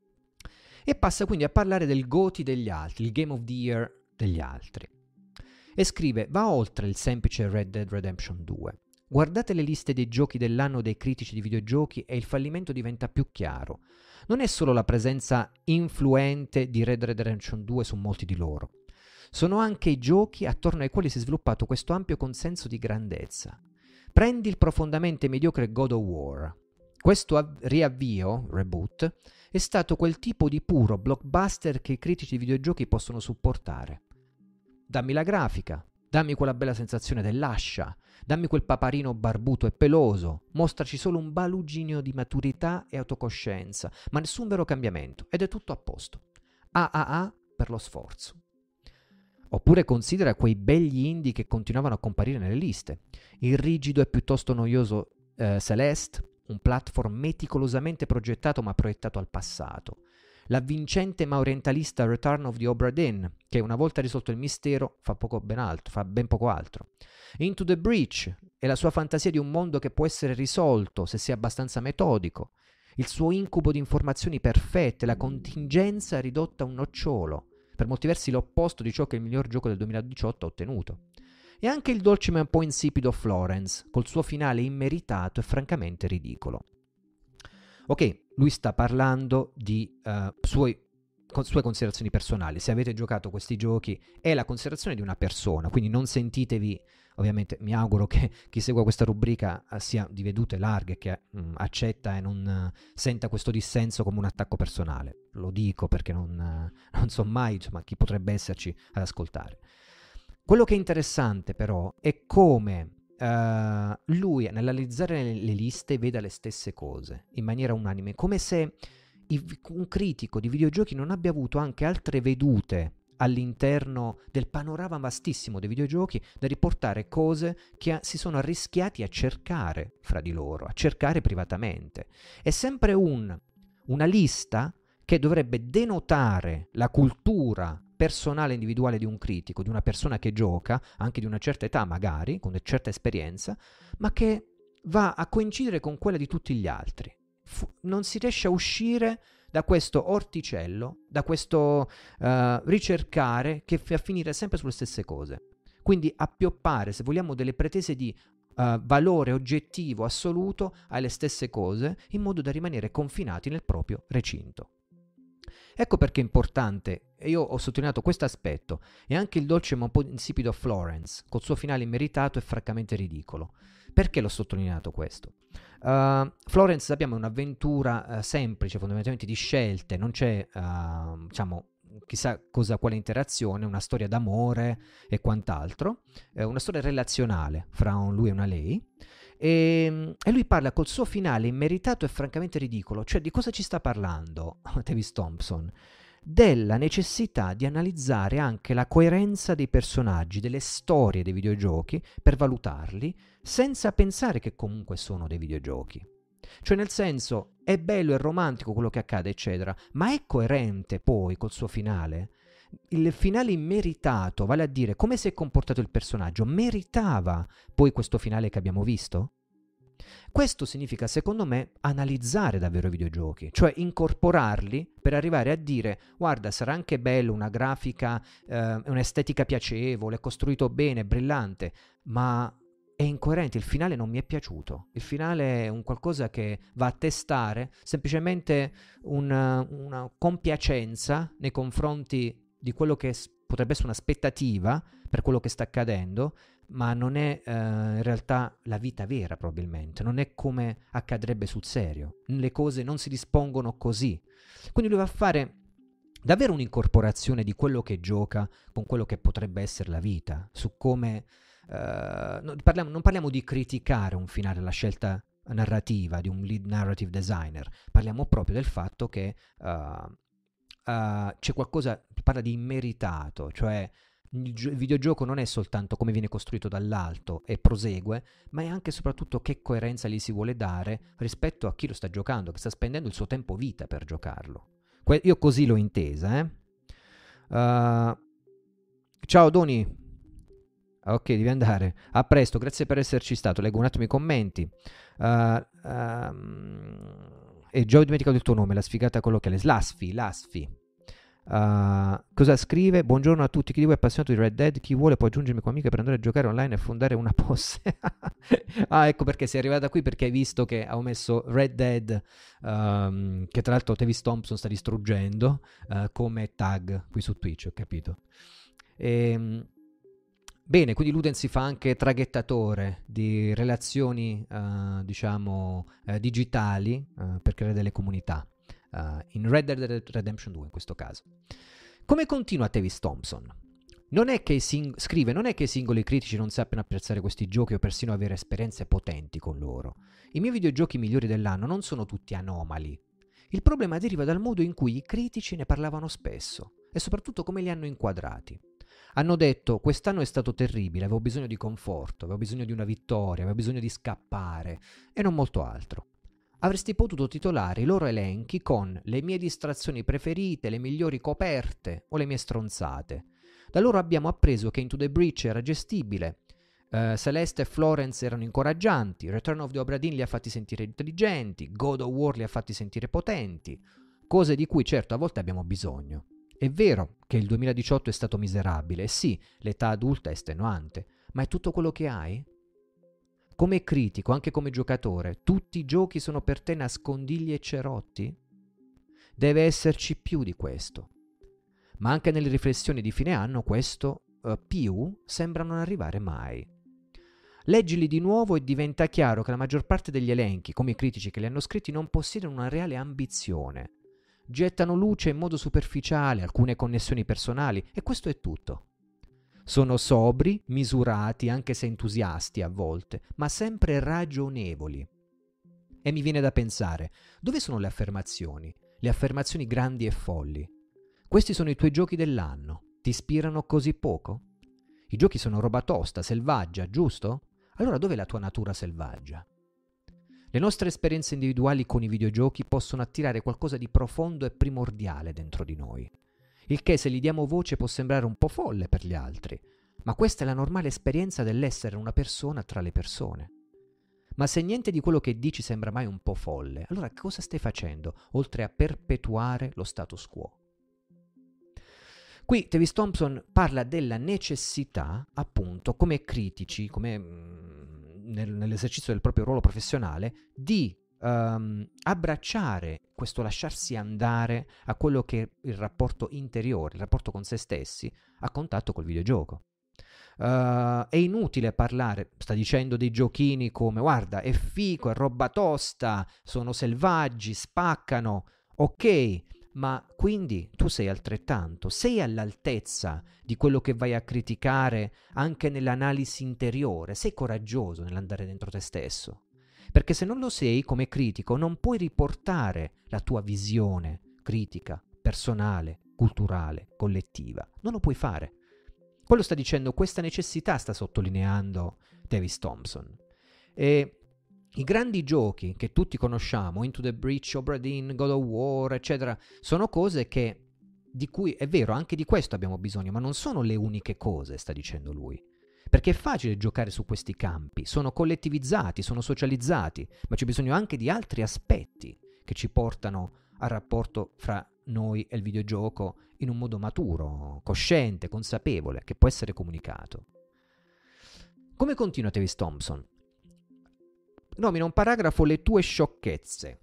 E passa quindi a parlare del GOTY degli altri, il Game of the Year degli altri. E scrive, va oltre il semplice Red Dead Redemption 2. Guardate le liste dei giochi dell'anno dei critici di videogiochi e il fallimento diventa più chiaro. Non è solo la presenza influente di Red Dead Redemption 2 su molti di loro. Sono anche i giochi attorno ai quali si è sviluppato questo ampio consenso di grandezza. Prendi il profondamente mediocre God of War. Questo riavvio, reboot, è stato quel tipo di puro blockbuster che i critici di videogiochi possono supportare. Dammi la grafica, dammi quella bella sensazione dell'ascia, dammi quel paparino barbuto e peloso, mostraci solo un baluginio di maturità e autocoscienza, ma nessun vero cambiamento, ed è tutto a posto. AAA per lo sforzo. Oppure considera quei begli indie che continuavano a comparire nelle liste. Il rigido e piuttosto noioso Celeste, un platform meticolosamente progettato ma proiettato al passato. L'avvincente ma orientalista Return of the Obra Dinn, che una volta risolto il mistero fa ben poco altro. Into the Breach e la sua fantasia di un mondo che può essere risolto se si è abbastanza metodico. Il suo incubo di informazioni perfette, la contingenza ridotta a un nocciolo. Per molti versi l'opposto di ciò che il miglior gioco del 2018 ha ottenuto. E anche il dolce ma un po' insipido Florence, col suo finale immeritato e francamente ridicolo. Ok, lui sta parlando di sue considerazioni personali. Se avete giocato questi giochi è la considerazione di una persona, quindi non sentitevi, ovviamente mi auguro che chi segua questa rubrica sia di vedute larghe, che accetta e non senta questo dissenso come un attacco personale. Lo dico perché non so mai, insomma, chi potrebbe esserci ad ascoltare. Quello che è interessante però è come lui nell'analizzare le liste veda le stesse cose in maniera unanime, come se un critico di videogiochi non abbia avuto anche altre vedute all'interno del panorama vastissimo dei videogiochi da riportare cose che si sono arrischiati a cercare fra di loro, a cercare privatamente. È sempre una lista che dovrebbe denotare la cultura personale individuale di un critico, di una persona che gioca, anche di una certa età magari, con una certa esperienza, ma che va a coincidere con quella di tutti gli altri. Non si riesce a uscire da questo orticello, da questo ricercare che fa finire sempre sulle stesse cose. Quindi appioppare, se vogliamo, delle pretese di valore oggettivo assoluto alle stesse cose, in modo da rimanere confinati nel proprio recinto. Ecco perché è importante, e io ho sottolineato questo aspetto, e anche il dolce ma un po' insipido Florence, col suo finale immeritato e francamente ridicolo. Perché l'ho sottolineato questo? Florence, sappiamo, è un'avventura semplice, fondamentalmente di scelte, non c'è, diciamo, chissà quale interazione, una storia d'amore e quant'altro, una storia relazionale fra un lui e una lei. E lui parla col suo finale immeritato e francamente ridicolo. Cioè, di cosa ci sta parlando Tavis Thompson? Della necessità di analizzare anche la coerenza dei personaggi, delle storie dei videogiochi, per valutarli, senza pensare che comunque sono dei videogiochi. Cioè, nel senso, è bello e romantico quello che accade, eccetera, ma è coerente poi col suo finale? Il finale immeritato, vale a dire come si è comportato il personaggio, meritava poi questo finale che abbiamo visto? Questo significa, secondo me, analizzare davvero i videogiochi, cioè incorporarli per arrivare a dire: guarda, sarà anche bello, una grafica, un'estetica piacevole, costruito bene, brillante, ma è incoerente, il finale non mi è piaciuto. Il finale è un qualcosa che va a testare semplicemente una compiacenza nei confronti di quello che potrebbe essere un'aspettativa per quello che sta accadendo, ma non è in realtà la vita vera, probabilmente. Non è come accadrebbe sul serio. Le cose non si dispongono così. Quindi lui va a fare davvero un'incorporazione di quello che gioca con quello che potrebbe essere la vita, su come... non parliamo di criticare un finale, la scelta narrativa di un lead narrative designer, parliamo proprio del fatto che c'è qualcosa, parla di immeritato, cioè il videogioco non è soltanto come viene costruito dall'alto e prosegue, ma è anche e soprattutto che coerenza gli si vuole dare rispetto a chi lo sta giocando, che sta spendendo il suo tempo vita per giocarlo. Io così l'ho intesa, ciao Doni. Ok, devi andare. A presto, grazie per esserci stato. Leggo un attimo i commenti. E già ho dimenticato il tuo nome, la sfigata colloquiale. Lasfi. Cosa scrive? Buongiorno a tutti, chi di voi è appassionato di Red Dead, chi vuole può aggiungermi come amica per andare a giocare online e fondare una posse. Ecco perché sei arrivata qui, perché hai visto che ho messo Red Dead, che tra l'altro Tavis Thompson sta distruggendo, come tag qui su Twitch, ho capito. Bene, quindi Ludens si fa anche traghettatore di relazioni, digitali, per creare delle comunità. In Red Dead Redemption 2 in questo caso. Come continua Tavis Thompson? Non è che i singoli critici non sappiano apprezzare questi giochi o persino avere esperienze potenti con loro. I miei videogiochi migliori dell'anno non sono tutti anomali. Il problema deriva dal modo in cui i critici ne parlavano spesso e soprattutto come li hanno inquadrati. Hanno detto: quest'anno è stato terribile, avevo bisogno di conforto, avevo bisogno di una vittoria, avevo bisogno di scappare e non molto altro. Avresti potuto titolare i loro elenchi con le mie distrazioni preferite, le migliori coperte o le mie stronzate. Da loro abbiamo appreso che Into the Breach era gestibile, Celeste e Florence erano incoraggianti, Return of the Obra Dinn li ha fatti sentire intelligenti, God of War li ha fatti sentire potenti, cose di cui certo a volte abbiamo bisogno. È vero che il 2018 è stato miserabile, e sì, l'età adulta è estenuante, ma è tutto quello che hai? Come critico, anche come giocatore, tutti i giochi sono per te nascondigli e cerotti? Deve esserci più di questo. Ma anche nelle riflessioni di fine anno questo più sembra non arrivare mai. Leggili di nuovo e diventa chiaro che la maggior parte degli elenchi, come i critici che li hanno scritti, non possiedono una reale ambizione. Gettano luce in modo superficiale, alcune connessioni personali, e questo è tutto. Sono sobri, misurati, anche se entusiasti a volte, ma sempre ragionevoli. E mi viene da pensare, dove sono le affermazioni grandi e folli? Questi sono i tuoi giochi dell'anno, ti ispirano così poco? I giochi sono roba tosta, selvaggia, giusto? Allora dov'è la tua natura selvaggia? Le nostre esperienze individuali con i videogiochi possono attirare qualcosa di profondo e primordiale dentro di noi. Il che, se gli diamo voce, può sembrare un po' folle per gli altri, ma questa è la normale esperienza dell'essere una persona tra le persone. Ma se niente di quello che dici sembra mai un po' folle, allora cosa stai facendo, oltre a perpetuare lo status quo? Qui Tavis Thompson parla della necessità, appunto, come critici, come nell'esercizio del proprio ruolo professionale, di abbracciare questo lasciarsi andare a quello che è il rapporto interiore, il rapporto con se stessi, a contatto col videogioco. È inutile parlare, sta dicendo, dei giochini come guarda, è fico, è roba tosta, sono selvaggi, spaccano, ok, ma quindi tu sei altrettanto, sei all'altezza di quello che vai a criticare anche nell'analisi interiore, sei coraggioso nell'andare dentro te stesso. Perché se non lo sei, come critico, non puoi riportare la tua visione critica, personale, culturale, collettiva. Non lo puoi fare. Quello sta dicendo, questa necessità sta sottolineando Tavis Thompson. E i grandi giochi che tutti conosciamo, Into the Breach, Obra Dinn, God of War, eccetera, sono cose di cui, è vero, anche di questo abbiamo bisogno, ma non sono le uniche cose, sta dicendo lui. Perché è facile giocare su questi campi, sono collettivizzati, sono socializzati, ma c'è bisogno anche di altri aspetti che ci portano al rapporto fra noi e il videogioco in un modo maturo, cosciente, consapevole, che può essere comunicato. Come continua Tavis Thompson? Nomina un paragrafo le tue sciocchezze.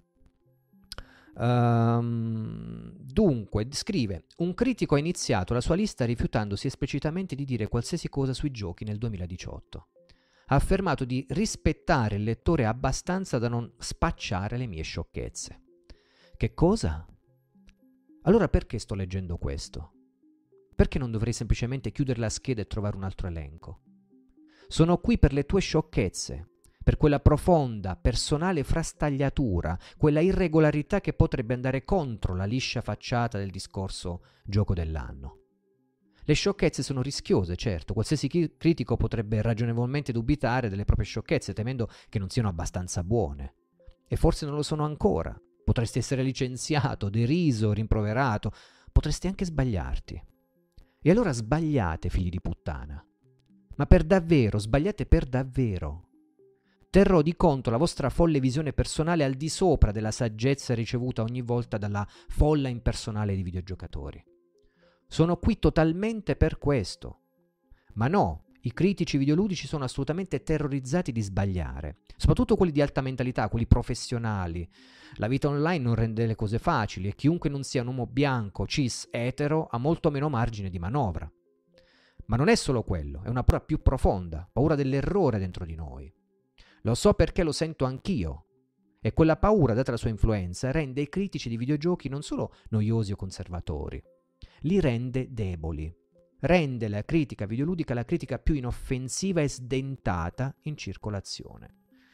Dunque, scrive: un critico ha iniziato la sua lista rifiutandosi esplicitamente di dire qualsiasi cosa sui giochi nel 2018. Ha affermato di rispettare il lettore abbastanza da non spacciare le mie sciocchezze. Che cosa? Allora perché sto leggendo questo? Perché non dovrei semplicemente chiudere la scheda e trovare un altro elenco? Sono qui per le tue sciocchezze, per quella profonda, personale frastagliatura, quella irregolarità che potrebbe andare contro la liscia facciata del discorso gioco dell'anno. Le sciocchezze sono rischiose, certo, qualsiasi critico potrebbe ragionevolmente dubitare delle proprie sciocchezze, temendo che non siano abbastanza buone. E forse non lo sono ancora. Potresti essere licenziato, deriso, rimproverato, potresti anche sbagliarti. E allora sbagliate, figli di puttana. Ma per davvero, sbagliate per davvero. Terrò di conto la vostra folle visione personale al di sopra della saggezza ricevuta ogni volta dalla folla impersonale di videogiocatori. Sono qui totalmente per questo. Ma no, i critici videoludici sono assolutamente terrorizzati di sbagliare, soprattutto quelli di alta mentalità, quelli professionali. La vita online non rende le cose facili e chiunque non sia un uomo bianco, cis, etero ha molto meno margine di manovra. Ma non è solo quello, è una paura più profonda, paura dell'errore dentro di noi. Lo so perché lo sento anch'io. E quella paura, data la sua influenza, rende i critici di videogiochi non solo noiosi o conservatori, li rende deboli. Rende la critica videoludica la critica più inoffensiva e sdentata in circolazione.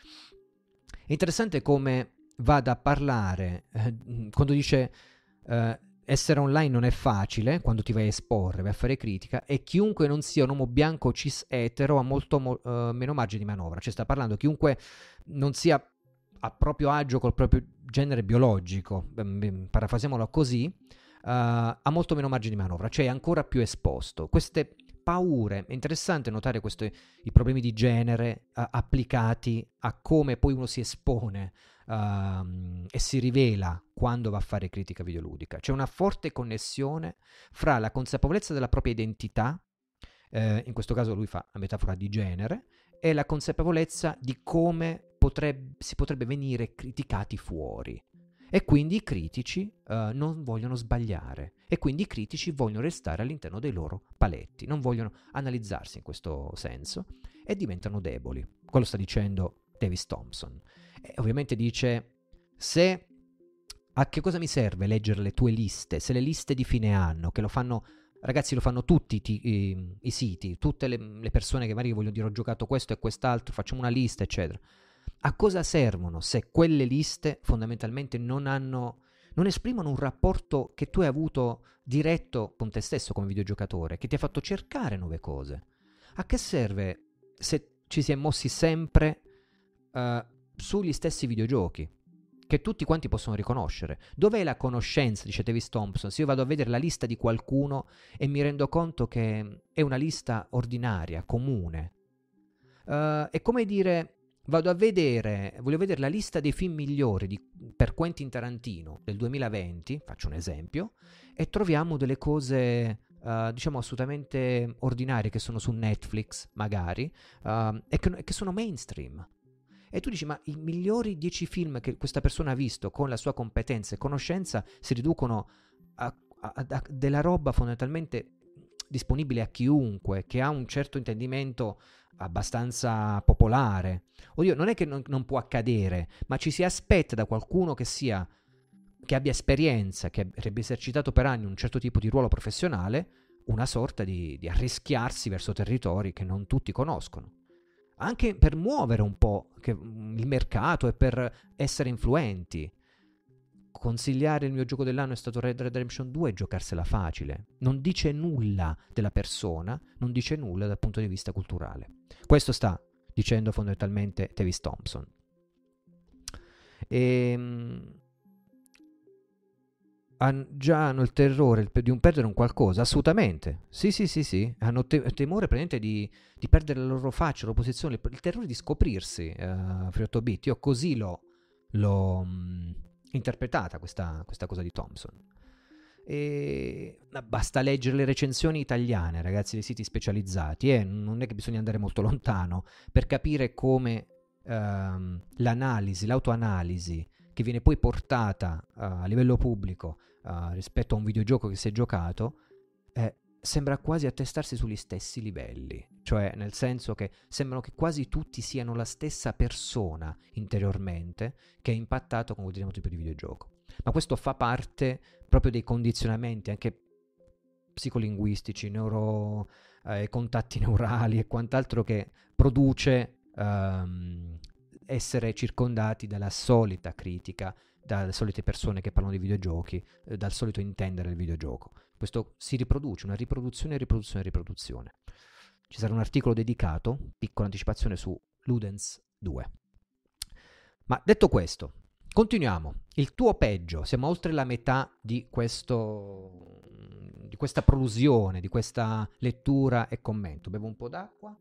È interessante come vada a parlare, quando dice essere online non è facile, quando ti vai a esporre, vai a fare critica, e chiunque non sia un uomo bianco cis etero ha molto meno margine di manovra. Cioè sta parlando chiunque non sia a proprio agio col proprio genere biologico, parafrasiamolo così, ha molto meno margine di manovra, cioè è ancora più esposto. Queste paure, è interessante notare i problemi di genere applicati a come poi uno si espone e si rivela quando va a fare critica videoludica. C'è una forte connessione fra la consapevolezza della propria identità, in questo caso lui fa la metafora di genere, e la consapevolezza di come si potrebbe venire criticati fuori. E quindi i critici non vogliono sbagliare, e quindi i critici vogliono restare all'interno dei loro paletti, non vogliono analizzarsi in questo senso e diventano deboli. Quello sta dicendo Tavis Thompson. E ovviamente dice: a che cosa mi serve leggere le tue liste, se le liste di fine anno, che lo fanno, ragazzi, lo fanno tutti i siti, tutte le persone che magari vogliono dire ho giocato questo e quest'altro, facciamo una lista, eccetera. A cosa servono se quelle liste fondamentalmente non esprimono un rapporto che tu hai avuto diretto con te stesso come videogiocatore, che ti ha fatto cercare nuove cose? A che serve se ci si è mossi sempre sugli stessi videogiochi che tutti quanti possono riconoscere? Dov'è la conoscenza, dice Tavis Thompson, se io vado a vedere la lista di qualcuno e mi rendo conto che è una lista ordinaria, comune? È come dire: voglio vedere la lista dei film migliori per Quentin Tarantino del 2020, faccio un esempio, e troviamo delle cose, diciamo, assolutamente ordinarie che sono su Netflix, magari, e che sono mainstream. E tu dici, ma i migliori 10 film che questa persona ha visto con la sua competenza e conoscenza si riducono a della roba fondamentalmente disponibile a chiunque, che ha un certo intendimento abbastanza popolare. Oddio, non è che non può accadere, ma ci si aspetta da qualcuno che abbia esperienza, che abbia esercitato per anni un certo tipo di ruolo professionale, una sorta di arrischiarsi verso territori che non tutti conoscono. Anche per muovere un po' il mercato e per essere influenti. Consigliare il mio gioco dell'anno è stato Red Dead Redemption 2 e giocarsela facile. Non dice nulla della persona, non dice nulla dal punto di vista culturale. Questo sta dicendo fondamentalmente Tavis Thompson. Già hanno il terrore di un perdere un qualcosa? Assolutamente. Sì. Hanno temore praticamente di perdere la loro faccia, la loro posizione, il terrore di scoprirsi, Friotto-Bit. Io così l'ho interpretata questa cosa di Thompson. E basta leggere le recensioni italiane, ragazzi, dei siti specializzati, non è che bisogna andare molto lontano per capire come l'autoanalisi che viene poi portata a livello pubblico rispetto a un videogioco che si è giocato sembra quasi attestarsi sugli stessi livelli, cioè nel senso che sembrano che quasi tutti siano la stessa persona interiormente che è impattato con quel determinato tipo di videogioco. Ma questo fa parte proprio dei condizionamenti anche psicolinguistici, contatti neurali e quant'altro che produce essere circondati dalla solita critica, dalle solite persone che parlano di videogiochi, dal solito intendere il videogioco. Questo si riproduce, una riproduzione. Ci sarà un articolo dedicato, piccola anticipazione, su Ludens 2. Ma detto questo, continuiamo. Il tuo peggio, siamo oltre la metà di questa prolusione, di questa lettura e commento. Bevo un po' d'acqua.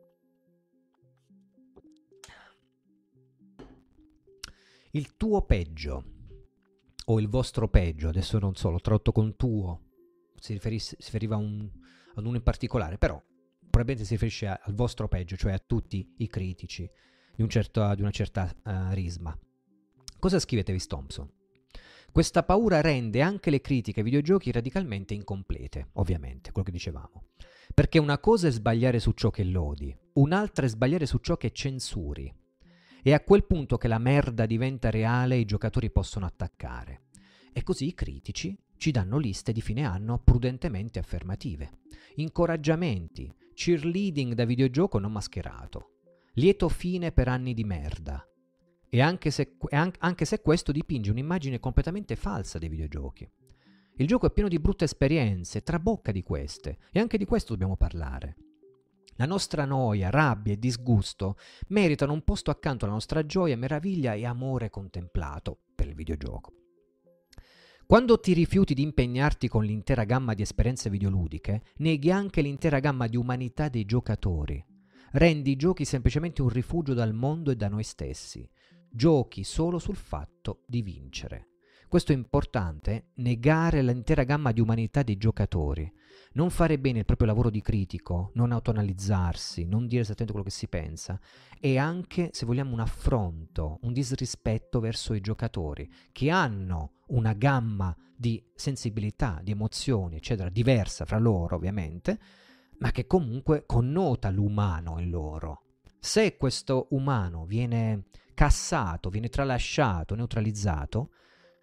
Il tuo peggio, o il vostro peggio, adesso non so, l'ho tradotto con tuo, si riferiva ad uno in particolare, però probabilmente si riferisce al vostro peggio, cioè a tutti i critici di una certa risma. Cosa scrive Tavis Thompson? Questa paura rende anche le critiche ai videogiochi radicalmente incomplete, ovviamente, quello che dicevamo. Perché una cosa è sbagliare su ciò che lodi, un'altra è sbagliare su ciò che censuri. È a quel punto che la merda diventa reale e i giocatori possono attaccare. E così i critici ci danno liste di fine anno prudentemente affermative, incoraggiamenti, cheerleading da videogioco non mascherato, lieto fine per anni di merda. E anche se questo dipinge un'immagine completamente falsa dei videogiochi. Il gioco è pieno di brutte esperienze, trabocca di queste, e anche di questo dobbiamo parlare. La nostra noia, rabbia e disgusto meritano un posto accanto alla nostra gioia, meraviglia e amore contemplato per il videogioco. Quando ti rifiuti di impegnarti con l'intera gamma di esperienze videoludiche, neghi anche l'intera gamma di umanità dei giocatori. Rendi i giochi semplicemente un rifugio dal mondo e da noi stessi. Giochi solo sul fatto di vincere. Questo è importante, negare l'intera gamma di umanità dei giocatori. Non fare bene il proprio lavoro di critico, non autoanalizzarsi, non dire esattamente quello che si pensa, è anche, se vogliamo, un affronto, un disrispetto verso i giocatori, che hanno una gamma di sensibilità, di emozioni, eccetera, diversa fra loro, ovviamente, ma che comunque connota l'umano in loro. Se questo umano viene cassato, viene tralasciato, neutralizzato,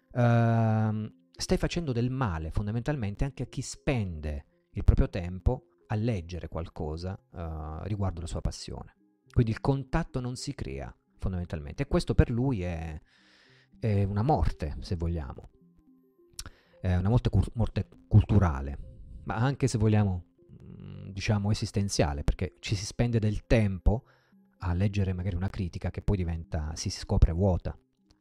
stai facendo del male fondamentalmente anche a chi spende il proprio tempo a leggere qualcosa riguardo la sua passione. Quindi il contatto non si crea fondamentalmente, e questo per lui è una morte, se vogliamo, è una morte culturale, ma anche, se vogliamo, diciamo esistenziale, perché ci si spende del tempo a leggere magari una critica che poi si scopre vuota.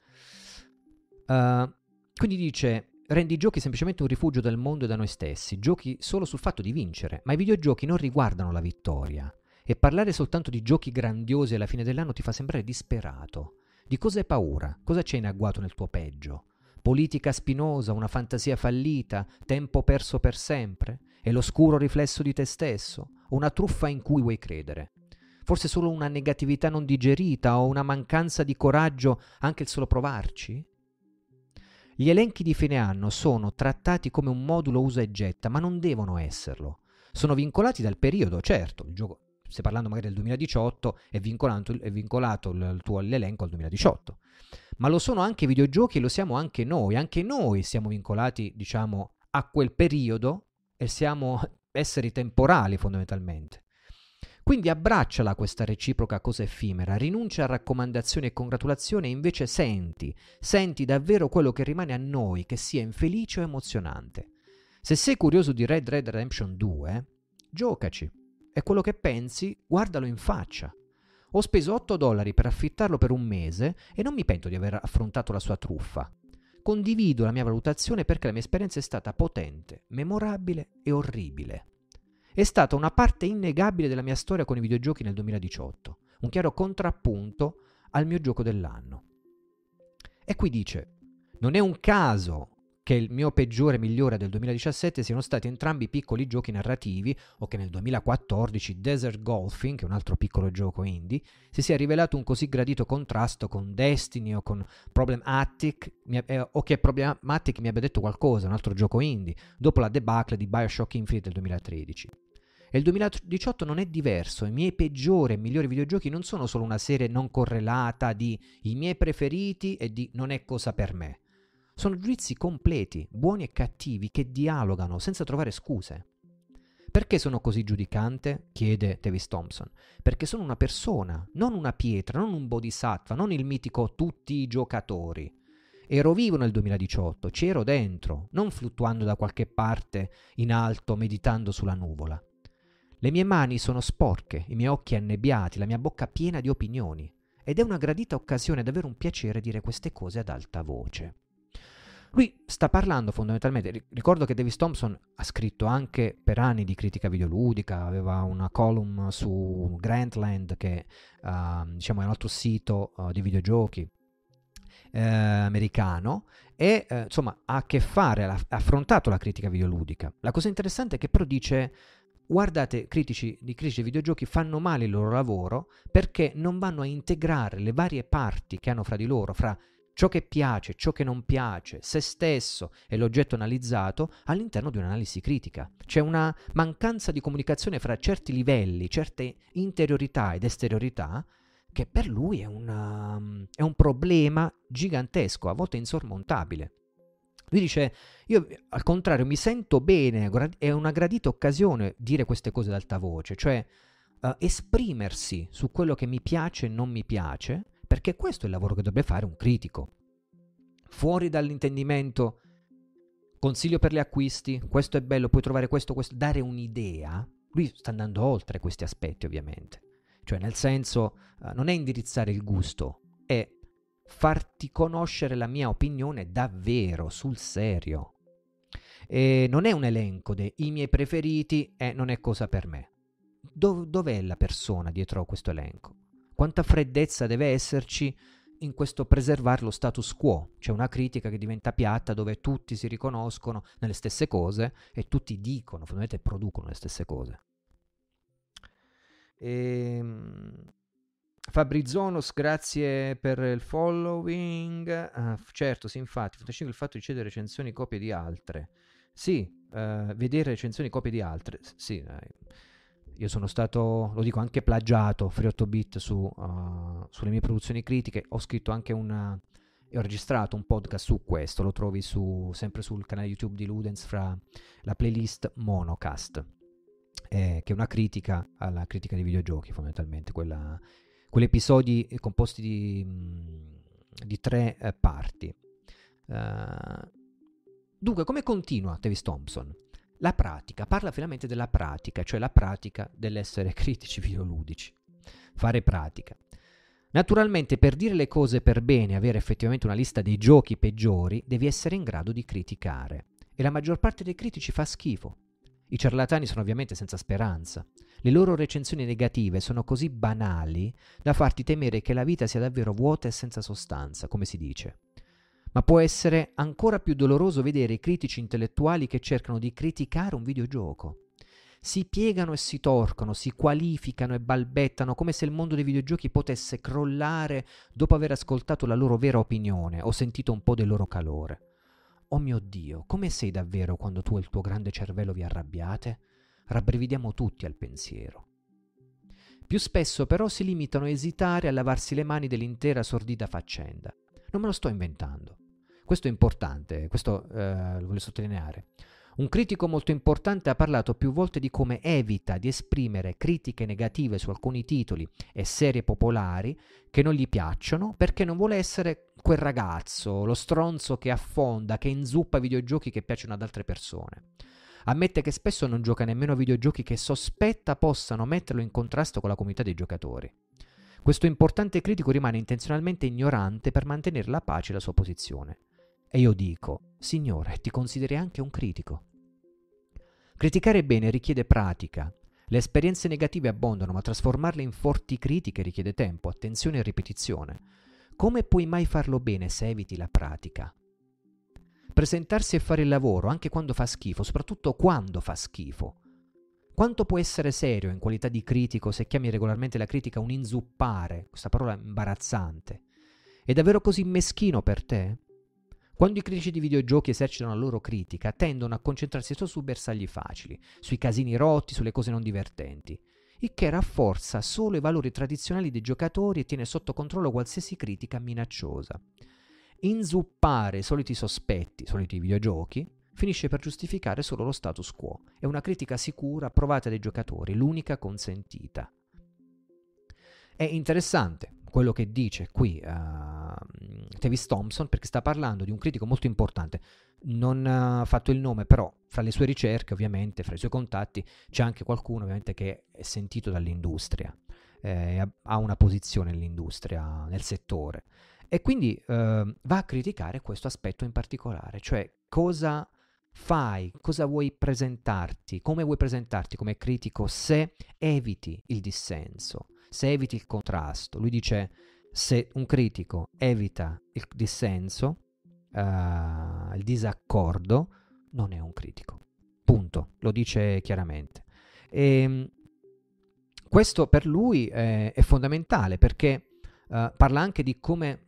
Quindi dice: rendi i giochi semplicemente un rifugio dal mondo e da noi stessi, giochi solo sul fatto di vincere, ma i videogiochi non riguardano la vittoria E parlare soltanto di giochi grandiosi alla fine dell'anno ti fa sembrare disperato. Di cosa hai paura? Cosa c'è in agguato nel tuo peggio? Politica spinosa, una fantasia fallita, tempo perso per sempre? È l'oscuro riflesso di te stesso? O una truffa in cui vuoi credere? Forse solo una negatività non digerita o una mancanza di coraggio anche il solo provarci? Gli elenchi di fine anno sono trattati come un modulo usa e getta, ma non devono esserlo. Sono vincolati dal periodo, certo, il gioco, stai parlando magari del 2018, è vincolato l'elenco al 2018, ma lo sono anche i videogiochi e lo siamo anche noi siamo vincolati, diciamo, a quel periodo e siamo esseri temporali fondamentalmente. Quindi abbracciala questa reciproca cosa effimera, rinuncia a raccomandazioni e congratulazioni e invece senti davvero quello che rimane a noi, che sia infelice o emozionante. Se sei curioso di Red Dead Redemption 2, giocaci. E quello che pensi, guardalo in faccia. Ho speso $8 per affittarlo per un mese e non mi pento di aver affrontato la sua truffa. Condivido la mia valutazione perché la mia esperienza è stata potente, memorabile e orribile. È stata una parte innegabile della mia storia con i videogiochi nel 2018, un chiaro contrappunto al mio gioco dell'anno. E qui dice, non è un caso che il mio peggiore e migliore del 2017 siano stati entrambi piccoli giochi narrativi o che nel 2014 Desert Golfing, che è un altro piccolo gioco indie, si sia rivelato un così gradito contrasto con Destiny o con Problematic, o che Problematic mi abbia detto qualcosa, un altro gioco indie, dopo la debacle di Bioshock Infinite del 2013. E il 2018 non è diverso, i miei peggiori e migliori videogiochi non sono solo una serie non correlata di i miei preferiti e di non è cosa per me. Sono giudizi completi, buoni e cattivi, che dialogano senza trovare scuse. Perché sono così giudicante? Chiede Tavis Thompson. Perché sono una persona, non una pietra, non un bodhisattva, non il mitico tutti i giocatori. Ero vivo nel 2018, c'ero dentro, non fluttuando da qualche parte in alto, meditando sulla nuvola. Le mie mani sono sporche, i miei occhi annebbiati, la mia bocca piena di opinioni. Ed è una gradita occasione, davvero un piacere dire queste cose ad alta voce. Lui sta parlando fondamentalmente, ricordo che Tavis Thompson ha scritto anche per anni di critica videoludica, aveva una column su Grantland che diciamo è un altro sito di videogiochi americano e insomma ha a che fare, ha affrontato la critica videoludica. La cosa interessante è che però dice guardate, critici di videogiochi fanno male il loro lavoro perché non vanno a integrare le varie parti che hanno fra di loro, fra ciò che piace, ciò che non piace, se stesso e l'oggetto analizzato all'interno di un'analisi critica. C'è una mancanza di comunicazione fra certi livelli, certe interiorità ed esteriorità che per lui è un problema gigantesco, a volte insormontabile. Lui dice, io al contrario mi sento bene, è una gradita occasione dire queste cose ad alta voce, cioè esprimersi su quello che mi piace e non mi piace, perché questo è il lavoro che dovrebbe fare un critico. Fuori dall'intendimento, consiglio per gli acquisti, questo è bello, puoi trovare questo, dare un'idea. Lui sta andando oltre questi aspetti ovviamente. Cioè nel senso, non è indirizzare il gusto, è farti conoscere la mia opinione davvero, sul serio. E non è un elenco dei miei preferiti e non è cosa per me. Dov'è la persona dietro questo elenco? Quanta freddezza deve esserci in questo preservare lo status quo? C'è una critica che diventa piatta dove tutti si riconoscono nelle stesse cose e tutti dicono, fondamentalmente producono le stesse cose. Fabrizonos, grazie per il following. Certo, sì, infatti, Fantascienza il fatto di cedere recensioni copie di altre. Sì, vedere recensioni copie di altre. Sì, io sono stato, lo dico, anche plagiato Free 8-bit sulle mie produzioni critiche. Ho scritto anche e ho registrato un podcast su questo. Lo trovi sempre sul canale YouTube di Ludens fra la playlist Monocast, che è una critica alla critica dei videogiochi, fondamentalmente. Quegli episodi composti di 3 parti. Dunque, come continua Tavis Thompson? La pratica, parla finalmente della pratica, cioè la pratica dell'essere critici videoludici. Fare pratica. Naturalmente, per dire le cose per bene e avere effettivamente una lista dei giochi peggiori, devi essere in grado di criticare. E la maggior parte dei critici fa schifo. I ciarlatani sono ovviamente senza speranza. Le loro recensioni negative sono così banali da farti temere che la vita sia davvero vuota e senza sostanza, come si dice. Ma può essere ancora più doloroso vedere i critici intellettuali che cercano di criticare un videogioco. Si piegano e si torcono, si qualificano e balbettano come se il mondo dei videogiochi potesse crollare dopo aver ascoltato la loro vera opinione o sentito un po' del loro calore. Oh mio Dio, come sei davvero quando tu e il tuo grande cervello vi arrabbiate? Rabbrividiamo tutti al pensiero. Più spesso però si limitano a esitare a lavarsi le mani dell'intera sordida faccenda. Non me lo sto inventando. Questo è importante, questo lo voglio sottolineare. Un critico molto importante ha parlato più volte di come evita di esprimere critiche negative su alcuni titoli e serie popolari che non gli piacciono perché non vuole essere quel ragazzo, lo stronzo che affonda, che inzuppa videogiochi che piacciono ad altre persone. Ammette che spesso non gioca nemmeno a videogiochi che sospetta possano metterlo in contrasto con la comunità dei giocatori. Questo importante critico rimane intenzionalmente ignorante per mantenere la pace e la sua posizione. E io dico, signore, ti consideri anche un critico. Criticare bene richiede pratica. Le esperienze negative abbondano, ma trasformarle in forti critiche richiede tempo, attenzione e ripetizione. Come puoi mai farlo bene se eviti la pratica? Presentarsi e fare il lavoro, anche quando fa schifo, soprattutto quando fa schifo. Quanto può essere serio in qualità di critico se chiami regolarmente la critica un inzuppare, questa parola imbarazzante? È davvero così meschino per te? Quando i critici di videogiochi esercitano la loro critica, tendono a concentrarsi solo su bersagli facili, sui casini rotti, sulle cose non divertenti, il che rafforza solo i valori tradizionali dei giocatori e tiene sotto controllo qualsiasi critica minacciosa. Inzuppare i soliti sospetti, i soliti videogiochi, finisce per giustificare solo lo status quo. È una critica sicura, approvata dai giocatori, l'unica consentita. È interessante quello che dice qui Tavis Thompson, perché sta parlando di un critico molto importante. Non ha fatto il nome, però fra le sue ricerche, ovviamente, fra i suoi contatti, c'è anche qualcuno ovviamente che è sentito dall'industria, ha una posizione nell'industria, nel settore, e quindi va a criticare questo aspetto in particolare, cioè cosa fai, cosa vuoi presentarti, come vuoi presentarti come critico se eviti il dissenso, se eviti il contrasto. Lui dice, se un critico evita il dissenso, il disaccordo, non è un critico. Punto. Lo dice chiaramente. E questo per lui è fondamentale perché parla anche di come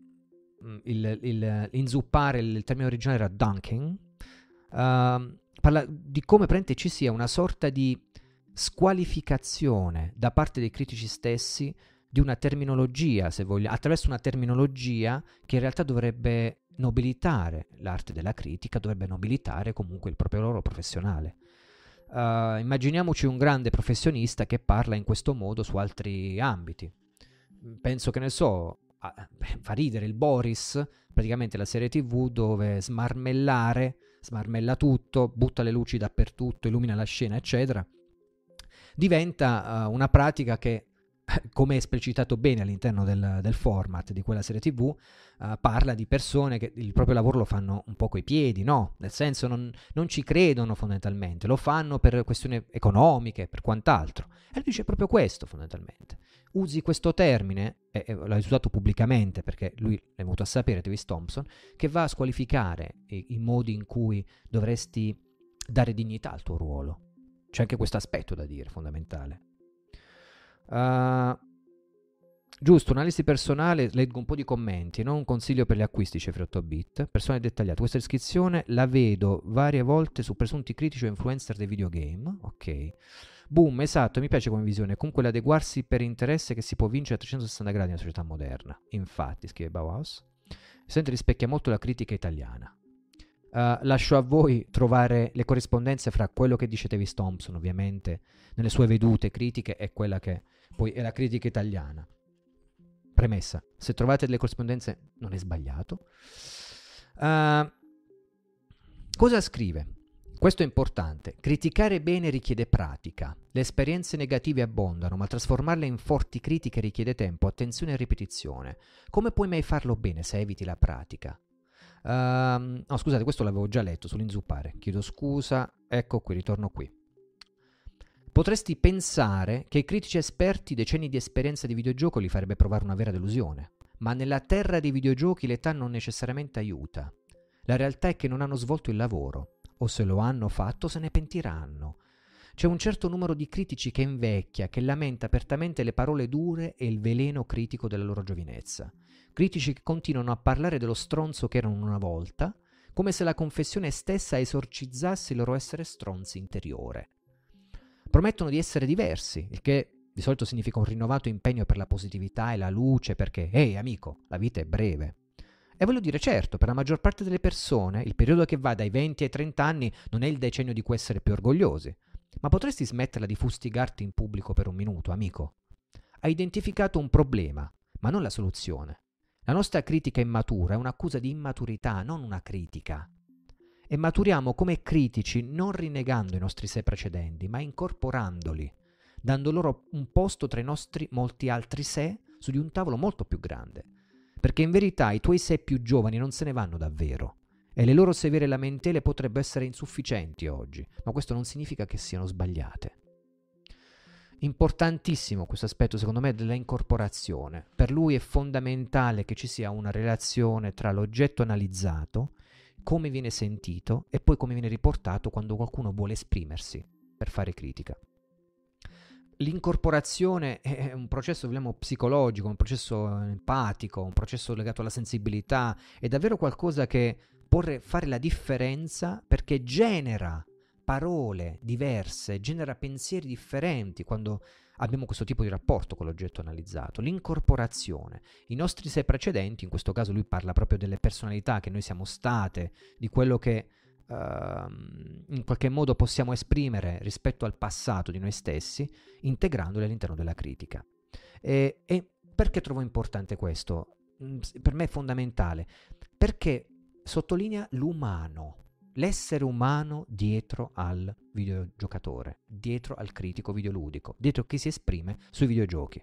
inzuppare, il termine originale era dunking, parla di come ci sia una sorta di squalificazione da parte dei critici stessi di una terminologia, se vogliamo, attraverso una terminologia che in realtà dovrebbe nobilitare l'arte della critica, dovrebbe nobilitare comunque il proprio lavoro professionale. Immaginiamoci un grande professionista che parla in questo modo su altri ambiti. Penso che ne so, fa ridere il Boris, praticamente la serie TV dove smarmella tutto, butta le luci dappertutto, illumina la scena, eccetera. Diventa una pratica che, come è esplicitato bene all'interno del format di quella serie TV, parla di persone che il proprio lavoro lo fanno un po' coi piedi, no? Nel senso non ci credono fondamentalmente, lo fanno per questioni economiche, per quant'altro. E lui dice proprio questo fondamentalmente. Usi questo termine, e l'hai usato pubblicamente perché lui l'è venuto a sapere, Tavis Thompson, che va a squalificare i modi in cui dovresti dare dignità al tuo ruolo. C'è anche questo aspetto da dire, fondamentale. Giusto, analisi personale, leggo un po' di commenti, non un consiglio per gli acquisti, cifre 8-bit, persone dettagliate. Questa descrizione la vedo varie volte su presunti critici o influencer dei videogame, ok. Boom, esatto, mi piace come visione, comunque l'adeguarsi per interesse che si può vincere a 360 gradi nella società moderna. Infatti, scrive Bauhaus, sente rispecchia molto la critica italiana. Lascio a voi trovare le corrispondenze fra quello che dice Tavis Thompson, ovviamente, nelle sue vedute critiche, e quella che poi è la critica italiana. Premessa, se trovate delle corrispondenze non è sbagliato. Cosa scrive? Questo è importante. Criticare bene richiede pratica. Le esperienze negative abbondano, ma trasformarle in forti critiche richiede tempo, attenzione e ripetizione. Come puoi mai farlo bene se eviti la pratica? No, scusate, questo l'avevo già letto sull'inzuppare. Chiedo scusa, ecco qui, ritorno qui. Potresti pensare che ai critici esperti decenni di esperienza di videogioco li farebbe provare una vera delusione, ma nella terra dei videogiochi l'età non necessariamente aiuta. La realtà è che non hanno svolto il lavoro, o se lo hanno fatto se ne pentiranno. C'è un certo numero di critici che invecchia, che lamenta apertamente le parole dure e il veleno critico della loro giovinezza. Critici che continuano a parlare dello stronzo che erano una volta, come se la confessione stessa esorcizzasse il loro essere stronzi interiore. Promettono di essere diversi, il che di solito significa un rinnovato impegno per la positività e la luce, perché, ehi amico, la vita è breve. E voglio dire, certo, per la maggior parte delle persone il periodo che va dai 20 ai 30 anni non è il decennio di cui essere più orgogliosi. Ma potresti smetterla di fustigarti in pubblico per un minuto, amico? Hai identificato un problema, ma non la soluzione. La nostra critica immatura è un'accusa di immaturità, non una critica. E maturiamo come critici non rinnegando i nostri sé precedenti, ma incorporandoli, dando loro un posto tra i nostri molti altri sé su di un tavolo molto più grande. Perché in verità i tuoi sé più giovani non se ne vanno davvero e le loro severe lamentele potrebbero essere insufficienti oggi, ma questo non significa che siano sbagliate. Importantissimo questo aspetto, secondo me, della incorporazione. Per lui è fondamentale che ci sia una relazione tra l'oggetto analizzato, come viene sentito e poi come viene riportato quando qualcuno vuole esprimersi per fare critica. L'incorporazione è un processo, vogliamo, psicologico, un processo empatico, un processo legato alla sensibilità, è davvero qualcosa che può fare la differenza perché genera parole diverse, genera pensieri differenti quando abbiamo questo tipo di rapporto con l'oggetto analizzato. L'incorporazione, i nostri sé precedenti, in questo caso lui parla proprio delle personalità che noi siamo state, di quello che in qualche modo possiamo esprimere rispetto al passato di noi stessi, integrandoli all'interno della critica. E perché trovo importante questo? Per me è fondamentale, perché sottolinea l'umano, l'essere umano dietro al videogiocatore, dietro al critico videoludico, dietro chi si esprime sui videogiochi.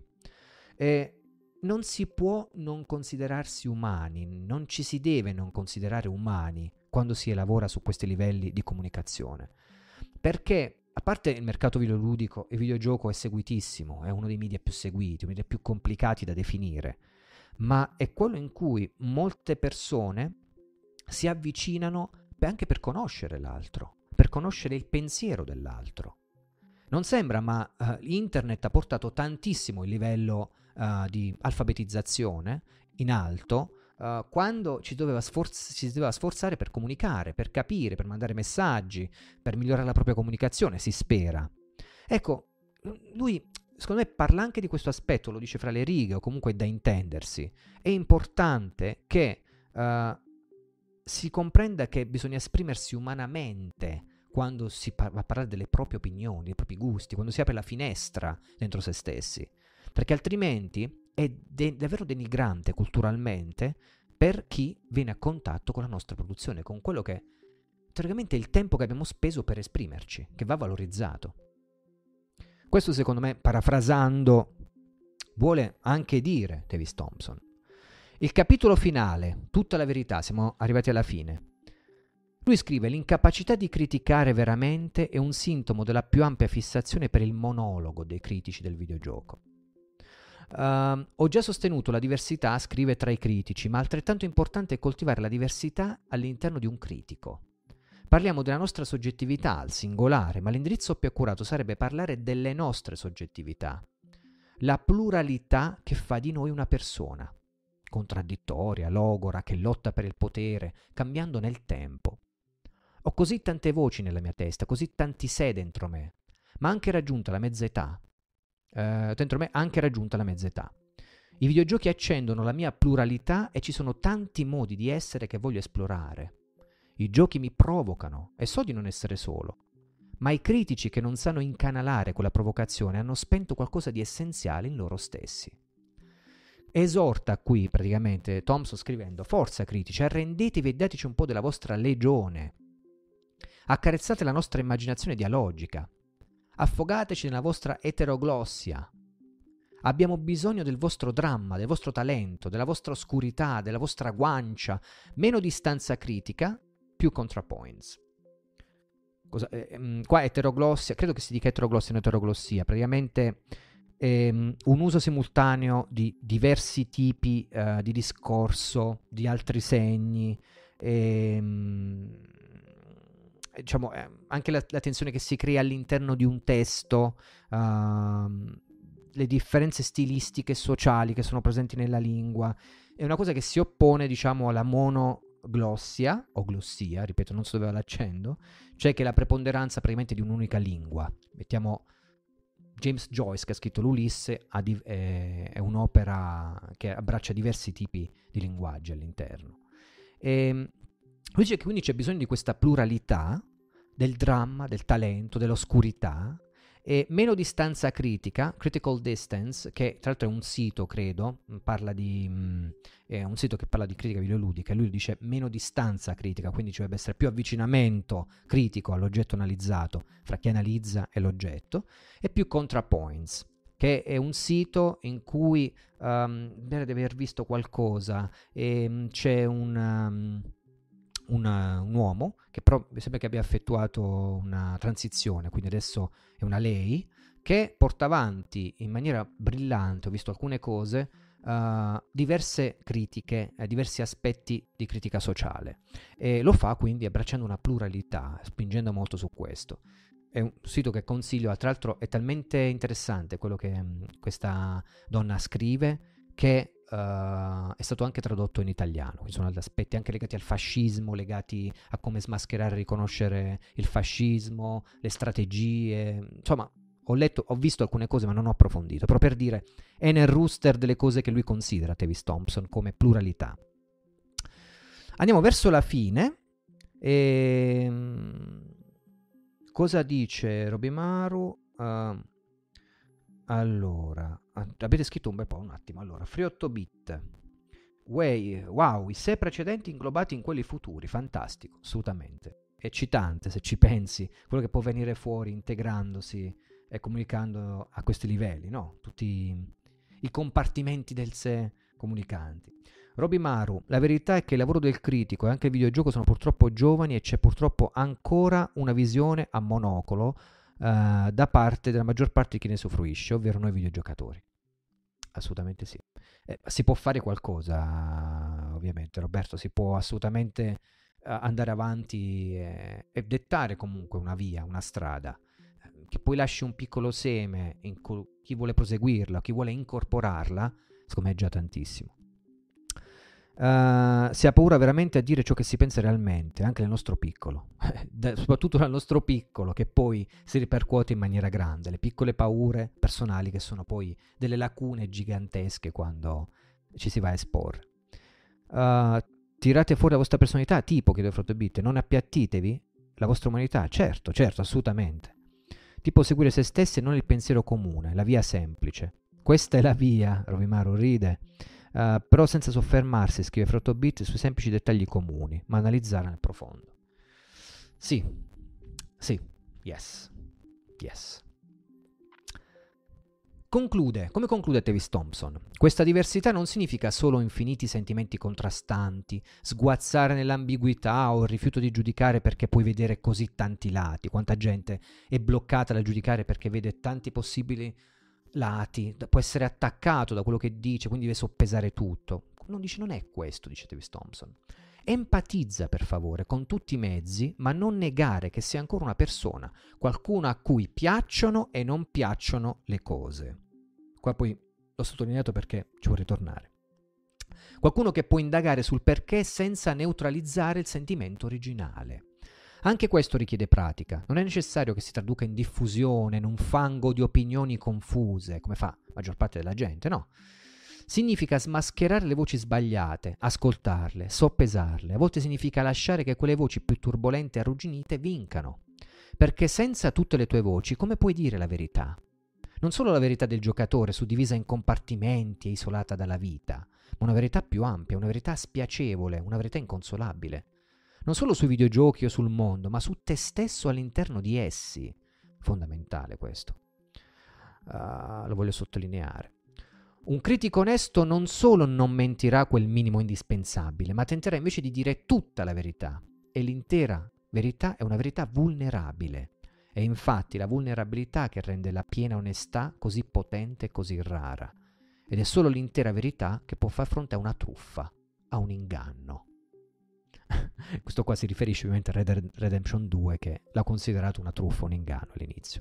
Non si può non considerarsi umani, non ci si deve non considerare umani quando si lavora su questi livelli di comunicazione. Perché, a parte il mercato videoludico, il videogioco è seguitissimo, è uno dei media più seguiti, uno dei più complicati da definire, ma è quello in cui molte persone si avvicinano anche per conoscere l'altro, per conoscere il pensiero dell'altro. Non sembra, ma internet ha portato tantissimo il livello di alfabetizzazione in alto quando ci si doveva sforzare per comunicare, per capire, per mandare messaggi, per migliorare la propria comunicazione, si spera. Ecco, lui secondo me parla anche di questo aspetto, lo dice fra le righe o comunque da intendersi. È importante che si comprenda che bisogna esprimersi umanamente quando si va a parlare delle proprie opinioni, dei propri gusti, quando si apre la finestra dentro se stessi, perché altrimenti è davvero denigrante culturalmente per chi viene a contatto con la nostra produzione, con quello che teoricamente è il tempo che abbiamo speso per esprimerci, che va valorizzato. Questo, secondo me, parafrasando, vuole anche dire Davis Thompson. Il capitolo finale, tutta la verità, siamo arrivati alla fine. Lui scrive: l'incapacità di criticare veramente è un sintomo della più ampia fissazione per il monologo dei critici del videogioco. Ho già sostenuto la diversità, scrive, tra i critici, ma altrettanto importante è coltivare la diversità all'interno di un critico. Parliamo della nostra soggettività, al singolare, ma l'indirizzo più accurato sarebbe parlare delle nostre soggettività. La pluralità che fa di noi una persona, contraddittoria, logora, che lotta per il potere, cambiando nel tempo. Ho così tante voci nella mia testa, così tanti sé dentro me, ma anche raggiunta la mezza età. Dentro me anche raggiunta la mezza età. I videogiochi accendono la mia pluralità e ci sono tanti modi di essere che voglio esplorare. I giochi mi provocano e so di non essere solo, ma i critici che non sanno incanalare quella provocazione hanno spento qualcosa di essenziale in loro stessi. Esorta qui praticamente Thompson scrivendo: forza critici, arrendetevi e dateci un po' della vostra legione. Accarezzate la nostra immaginazione dialogica. Affogateci nella vostra eteroglossia. Abbiamo bisogno del vostro dramma, del vostro talento, della vostra oscurità, della vostra guancia. Meno distanza critica, più ContraPoints. Qua eteroglossia, credo che si dica eteroglossia, non eteroglossia, praticamente un uso simultaneo di diversi tipi di discorso, di altri segni, diciamo, anche la tensione che si crea all'interno di un testo, le differenze stilistiche e sociali che sono presenti nella lingua, è una cosa che si oppone, diciamo, alla monoglossia, o glossia, ripeto, non so dove va l'accento, cioè che è la preponderanza praticamente di un'unica lingua. Mettiamo James Joyce, che ha scritto l'Ulisse, è un'opera che abbraccia diversi tipi di linguaggi all'interno. Lui dice che quindi c'è bisogno di questa pluralità del dramma, del talento, dell'oscurità, e meno distanza critica, critical distance, che tra l'altro è un sito, credo, è un sito che parla di critica videoludica, e lui dice meno distanza critica, quindi ci dovrebbe essere più avvicinamento critico all'oggetto analizzato fra chi analizza e l'oggetto, e più ContraPoints, che è un sito in cui deve aver visto qualcosa, e c'è un uomo che però mi sembra che abbia effettuato una transizione, quindi adesso è una lei, che porta avanti in maniera brillante, ho visto alcune cose, diverse critiche, diversi aspetti di critica sociale, e lo fa quindi abbracciando una pluralità, spingendo molto su questo. È un sito che consiglio, tra l'altro è talmente interessante quello che questa donna scrive, che è stato anche tradotto in italiano. Ci sono aspetti anche legati al fascismo, legati a come smascherare e riconoscere il fascismo, le strategie, insomma ho visto alcune cose ma non ho approfondito, però per dire, è nel rooster delle cose che lui considera, Tavis Thompson, come pluralità. Andiamo verso la fine. Cosa dice Robimaru? Allora, avete scritto un bel po', un attimo. Allora, Free 8 bit. Wow, i 6 precedenti inglobati in quelli futuri, fantastico, assolutamente. Eccitante se ci pensi, quello che può venire fuori integrandosi e comunicando a questi livelli, no? Tutti i compartimenti del sé comunicanti. Robimaru, la verità è che il lavoro del critico e anche il videogioco sono purtroppo giovani e c'è purtroppo ancora una visione a monocolo da parte della maggior parte di chi ne usufruisce, ovvero noi videogiocatori. Assolutamente sì. Si può fare qualcosa, ovviamente, Roberto, si può assolutamente andare avanti e dettare comunque una via, una strada, che poi lasci un piccolo seme in chi vuole proseguirla, chi vuole incorporarla, secondo me è già tantissimo. Si ha paura veramente a dire ciò che si pensa realmente, anche nel nostro piccolo, soprattutto nel nostro piccolo, che poi si ripercuote in maniera grande, le piccole paure personali che sono poi delle lacune gigantesche quando ci si va a esporre. Tirate fuori la vostra personalità, tipo, chiede Frotobit, non appiattitevi la vostra umanità, certo, assolutamente. Tipo seguire se stessi e non il pensiero comune, la via semplice. Questa è la via, Rovimaru ride. Però senza soffermarsi, scrive Frotobit, sui semplici dettagli comuni, ma analizzare nel profondo. Sì, yes. Come conclude Tavis Thompson? Questa diversità non significa solo infiniti sentimenti contrastanti, sguazzare nell'ambiguità o il rifiuto di giudicare perché puoi vedere così tanti lati. Quanta gente è bloccata da giudicare perché vede tanti possibili lati, può essere attaccato da quello che dice, quindi deve soppesare tutto. Non è questo, dice Tavis Thompson. Empatizza, per favore, con tutti i mezzi, ma non negare che sia ancora una persona, qualcuno a cui piacciono e non piacciono le cose. Qua poi l'ho sottolineato perché ci vuole ritornare. Qualcuno che può indagare sul perché senza neutralizzare il sentimento originale. Anche questo richiede pratica, non è necessario che si traduca in diffusione, in un fango di opinioni confuse, come fa la maggior parte della gente, no. Significa smascherare le voci sbagliate, ascoltarle, soppesarle. A volte significa lasciare che quelle voci più turbolente e arrugginite vincano. Perché senza tutte le tue voci, come puoi dire la verità? Non solo la verità del giocatore, suddivisa in compartimenti e isolata dalla vita, ma una verità più ampia, una verità spiacevole, una verità inconsolabile. Non solo sui videogiochi o sul mondo, ma su te stesso all'interno di essi. Fondamentale questo. Lo voglio sottolineare. Un critico onesto non solo non mentirà quel minimo indispensabile, ma tenterà invece di dire tutta la verità e l'intera verità è una verità vulnerabile. È infatti la vulnerabilità che rende la piena onestà così potente e così rara. Ed è solo l'intera verità che può far fronte a una truffa, a un inganno. Questo qua si riferisce ovviamente a Red Dead Redemption 2, che l'ha considerato una truffa, un inganno all'inizio.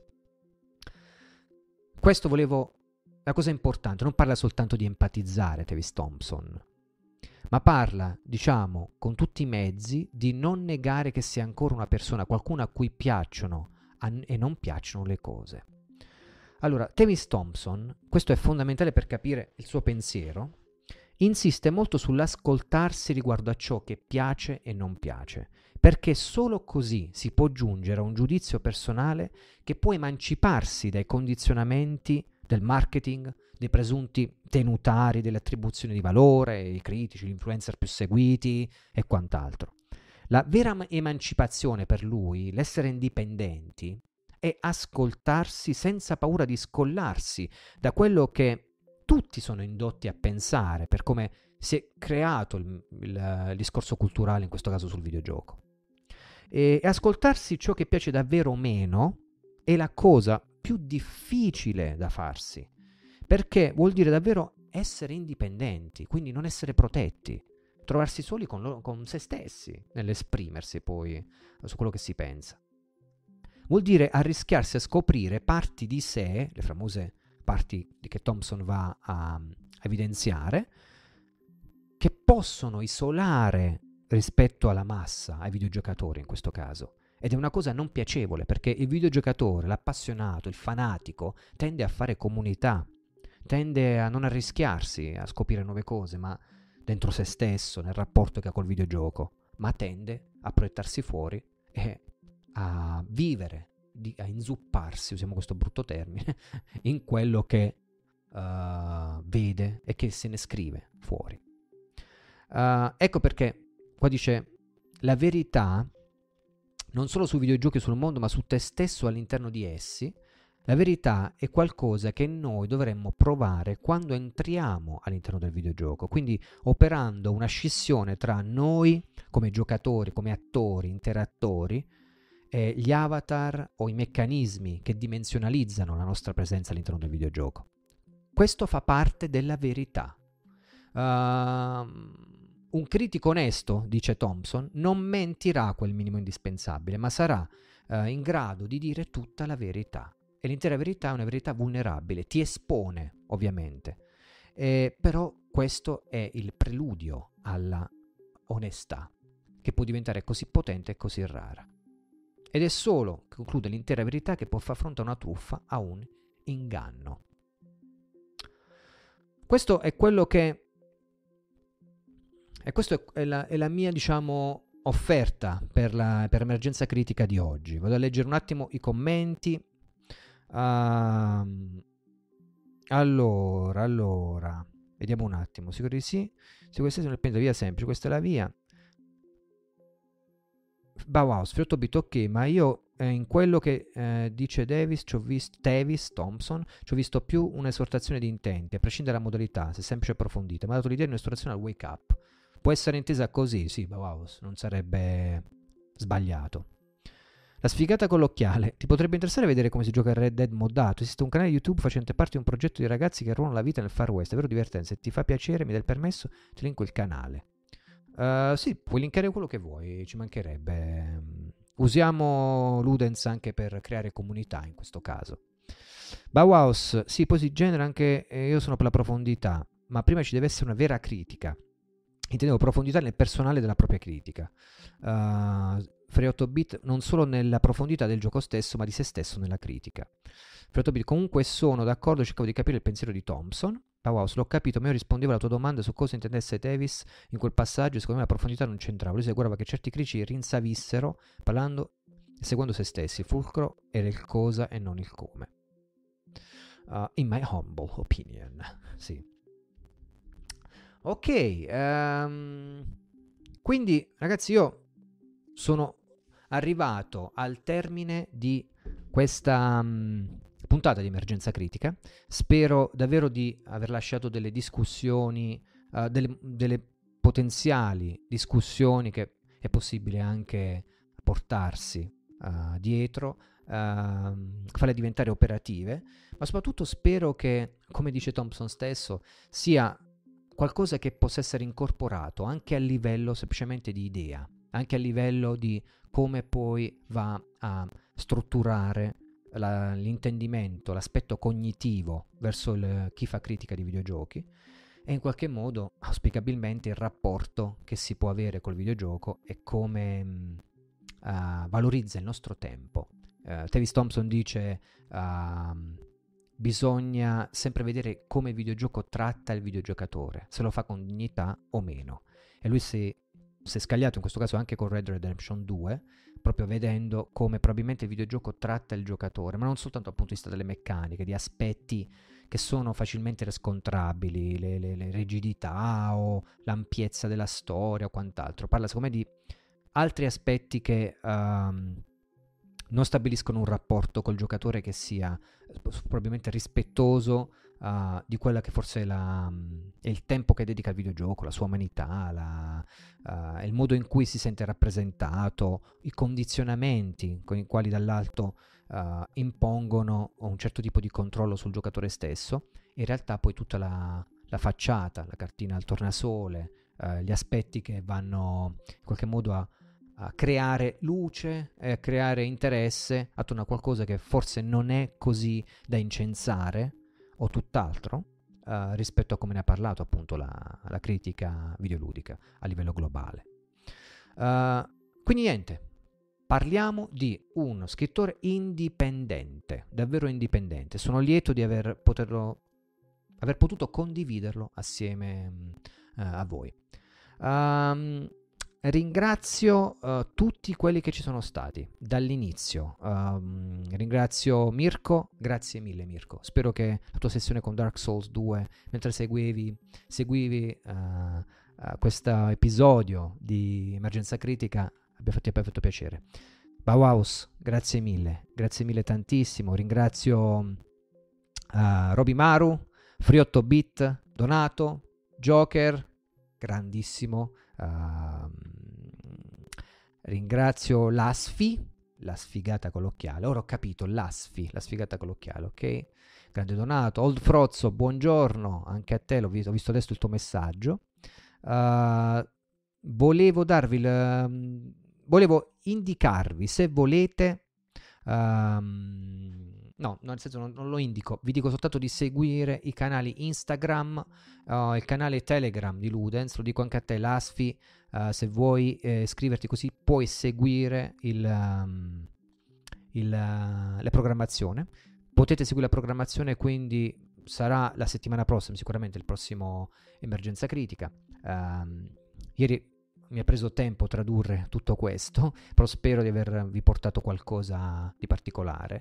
Questo la cosa importante, non parla soltanto di empatizzare Tavis Thompson, ma parla, diciamo, con tutti i mezzi di non negare che sia ancora una persona, qualcuno a cui piacciono e non piacciono le cose. Allora, Tavis Thompson, questo è fondamentale per capire il suo pensiero, insiste molto sull'ascoltarsi riguardo a ciò che piace e non piace, perché solo così si può giungere a un giudizio personale che può emanciparsi dai condizionamenti del marketing, dei presunti tenutari delle attribuzioni di valore, i critici, gli influencer più seguiti e quant'altro. La vera emancipazione per lui, l'essere indipendenti, è ascoltarsi senza paura di scollarsi da quello che tutti sono indotti a pensare, per come si è creato il discorso culturale, in questo caso sul videogioco. E ascoltarsi ciò che piace davvero o meno è la cosa più difficile da farsi, perché vuol dire davvero essere indipendenti, quindi non essere protetti, trovarsi soli con se stessi nell'esprimersi poi su quello che si pensa. Vuol dire arrischiarsi a scoprire parti di sé, le famose parti che Thompson va a evidenziare, che possono isolare rispetto alla massa, ai videogiocatori in questo caso. Ed è una cosa non piacevole, perché il videogiocatore, l'appassionato, il fanatico, tende a fare comunità, tende a non arrischiarsi a scoprire nuove cose, ma dentro se stesso, nel rapporto che ha col videogioco, ma tende a proiettarsi fuori e a vivere, a inzupparsi, usiamo questo brutto termine, in quello che vede e che se ne scrive fuori. Ecco perché qua dice: la verità, non solo sui videogiochi e sul mondo, ma su te stesso all'interno di essi, la verità è qualcosa che noi dovremmo provare quando entriamo all'interno del videogioco, quindi operando una scissione tra noi come giocatori, come attori, interattori, e gli avatar o i meccanismi che dimensionalizzano la nostra presenza all'interno del videogioco. Questo fa parte della verità. Un critico onesto, dice Thompson, non mentirà quel minimo indispensabile, ma sarà in grado di dire tutta la verità. E l'intera verità è una verità vulnerabile, ti espone ovviamente, però questo è il preludio alla onestà, che può diventare così potente e così rara. Ed è solo, conclude, l'intera verità che può far fronte a una truffa, a un inganno. Questo è quello che... E questa è la mia, diciamo, offerta per l'emergenza critica di oggi. Vado a leggere un attimo i commenti. Allora, vediamo un attimo. Sicuro di sì. Se questa è una via semplice, questa è la via. Bauhaus, Friotto-Bit, ok, ma io in quello che dice Tavis Thompson ci ho visto più un'esortazione di intenti, a prescindere dalla modalità, se semplice e approfondita. Mi ha dato l'idea di un'esortazione al wake up. Può essere intesa così, sì, Bauhaus, non sarebbe sbagliato. La sfigata con l'occhiale. Ti potrebbe interessare vedere come si gioca a Red Dead moddato? Esiste un canale YouTube facente parte di un progetto di ragazzi che ruolano la vita nel Far West, è vero divertente. Se ti fa piacere, mi dai il permesso, ti linko il canale. Sì, puoi linkare quello che vuoi, ci mancherebbe. Usiamo Ludens anche per creare comunità in questo caso. Bauhaus, sì, poi si genera anche, io sono per la profondità, ma prima ci deve essere una vera critica. Intendevo profondità nel personale della propria critica. Free 8-bit non solo nella profondità del gioco stesso, ma di se stesso nella critica. Free 8-bit, comunque sono d'accordo, cercavo di capire il pensiero di Thompson. Bauhaus, l'ho capito, ma io rispondevo alla tua domanda su cosa intendesse Tavis in quel passaggio, secondo me la profondità non c'entrava. Lui si augurava che certi critici rinsavissero parlando e seguendo se stessi. Il fulcro era il cosa e non il come. In my humble opinion, sì. Ok, quindi ragazzi io sono arrivato al termine di questa puntata di Emergenza Critica. Spero davvero di aver lasciato delle discussioni, delle potenziali discussioni che è possibile anche portarsi dietro, farle diventare operative, ma soprattutto spero che, come dice Thompson stesso, sia qualcosa che possa essere incorporato anche a livello semplicemente di idea, anche a livello di come poi va a strutturare l'intendimento, l'aspetto cognitivo verso chi fa critica di videogiochi, e in qualche modo, auspicabilmente, il rapporto che si può avere col videogioco e come valorizza il nostro tempo. Tavis Thompson dice bisogna sempre vedere come il videogioco tratta il videogiocatore, se lo fa con dignità o meno. E lui si è scagliato in questo caso anche con Red Dead Redemption 2, proprio vedendo come probabilmente il videogioco tratta il giocatore, ma non soltanto dal punto di vista delle meccaniche, di aspetti che sono facilmente riscontrabili, le rigidità o l'ampiezza della storia o quant'altro. Parla secondo me di altri aspetti che non stabiliscono un rapporto col giocatore che sia probabilmente rispettoso di quella che forse è il tempo che dedica al videogioco, la sua umanità, il modo in cui si sente rappresentato, i condizionamenti con i quali dall'alto impongono un certo tipo di controllo sul giocatore stesso. In realtà poi tutta la facciata, la cartina al tornasole, gli aspetti che vanno in qualche modo a creare luce e a creare interesse attorno a qualcosa che forse non è così da incensare o tutt'altro rispetto a come ne ha parlato appunto la critica videoludica a livello globale. Quindi niente, parliamo di uno scrittore indipendente, davvero indipendente. Sono lieto di aver potuto condividerlo assieme a voi. Ringrazio tutti quelli che ci sono stati dall'inizio. Ringrazio Mirko, grazie mille Mirko. Spero che la tua sessione con Dark Souls 2, mentre seguivi questo episodio di Emergenza Critica, ti abbia fatto piacere. Bauhaus, grazie mille tantissimo. Ringrazio Robimaru, Free8bit, Donato, Joker, grandissimo. Ringrazio l'Asfi, la sfigata colloquiale. Ora ho capito, l'Asfi, la sfigata colloquiale, ok? Grande Donato. Old Frozzo, buongiorno anche a te, ho visto adesso il tuo messaggio. Volevo indicarvi, se volete, no, nel senso non lo indico, vi dico soltanto di seguire i canali Instagram, il canale Telegram di Ludens, lo dico anche a te Lasfi, se vuoi iscriverti così puoi seguire la programmazione. Potete seguire la programmazione, quindi sarà la settimana prossima, sicuramente il prossimo Emergenza Critica. Ieri mi ha preso tempo tradurre tutto questo, però spero di avervi portato qualcosa di particolare.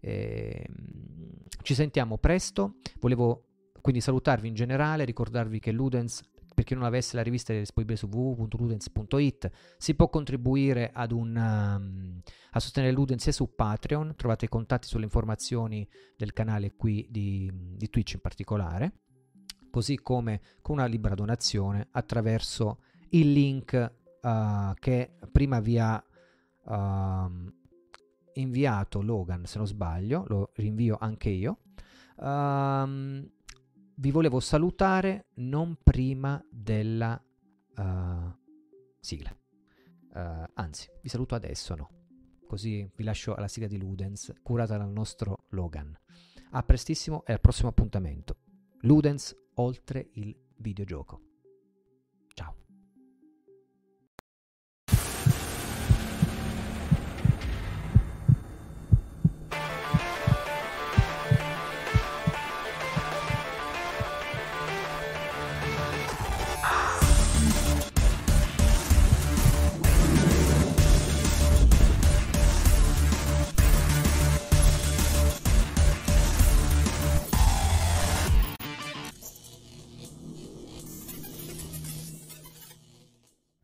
Ci sentiamo presto. Volevo quindi salutarvi in generale, ricordarvi che Ludens, per chi non avesse, la rivista è disponibile su www.ludens.it. Si può contribuire a sostenere Ludens sia su Patreon, trovate i contatti sulle informazioni del canale qui di Twitch in particolare, così come con una libera donazione attraverso il link che prima vi ha inviato Logan, se non sbaglio, lo rinvio anche io. Vi volevo salutare non prima della sigla, anzi vi saluto adesso, no, così vi lascio alla sigla di Ludens curata dal nostro Logan. A prestissimo e al prossimo appuntamento. Ludens oltre il videogioco.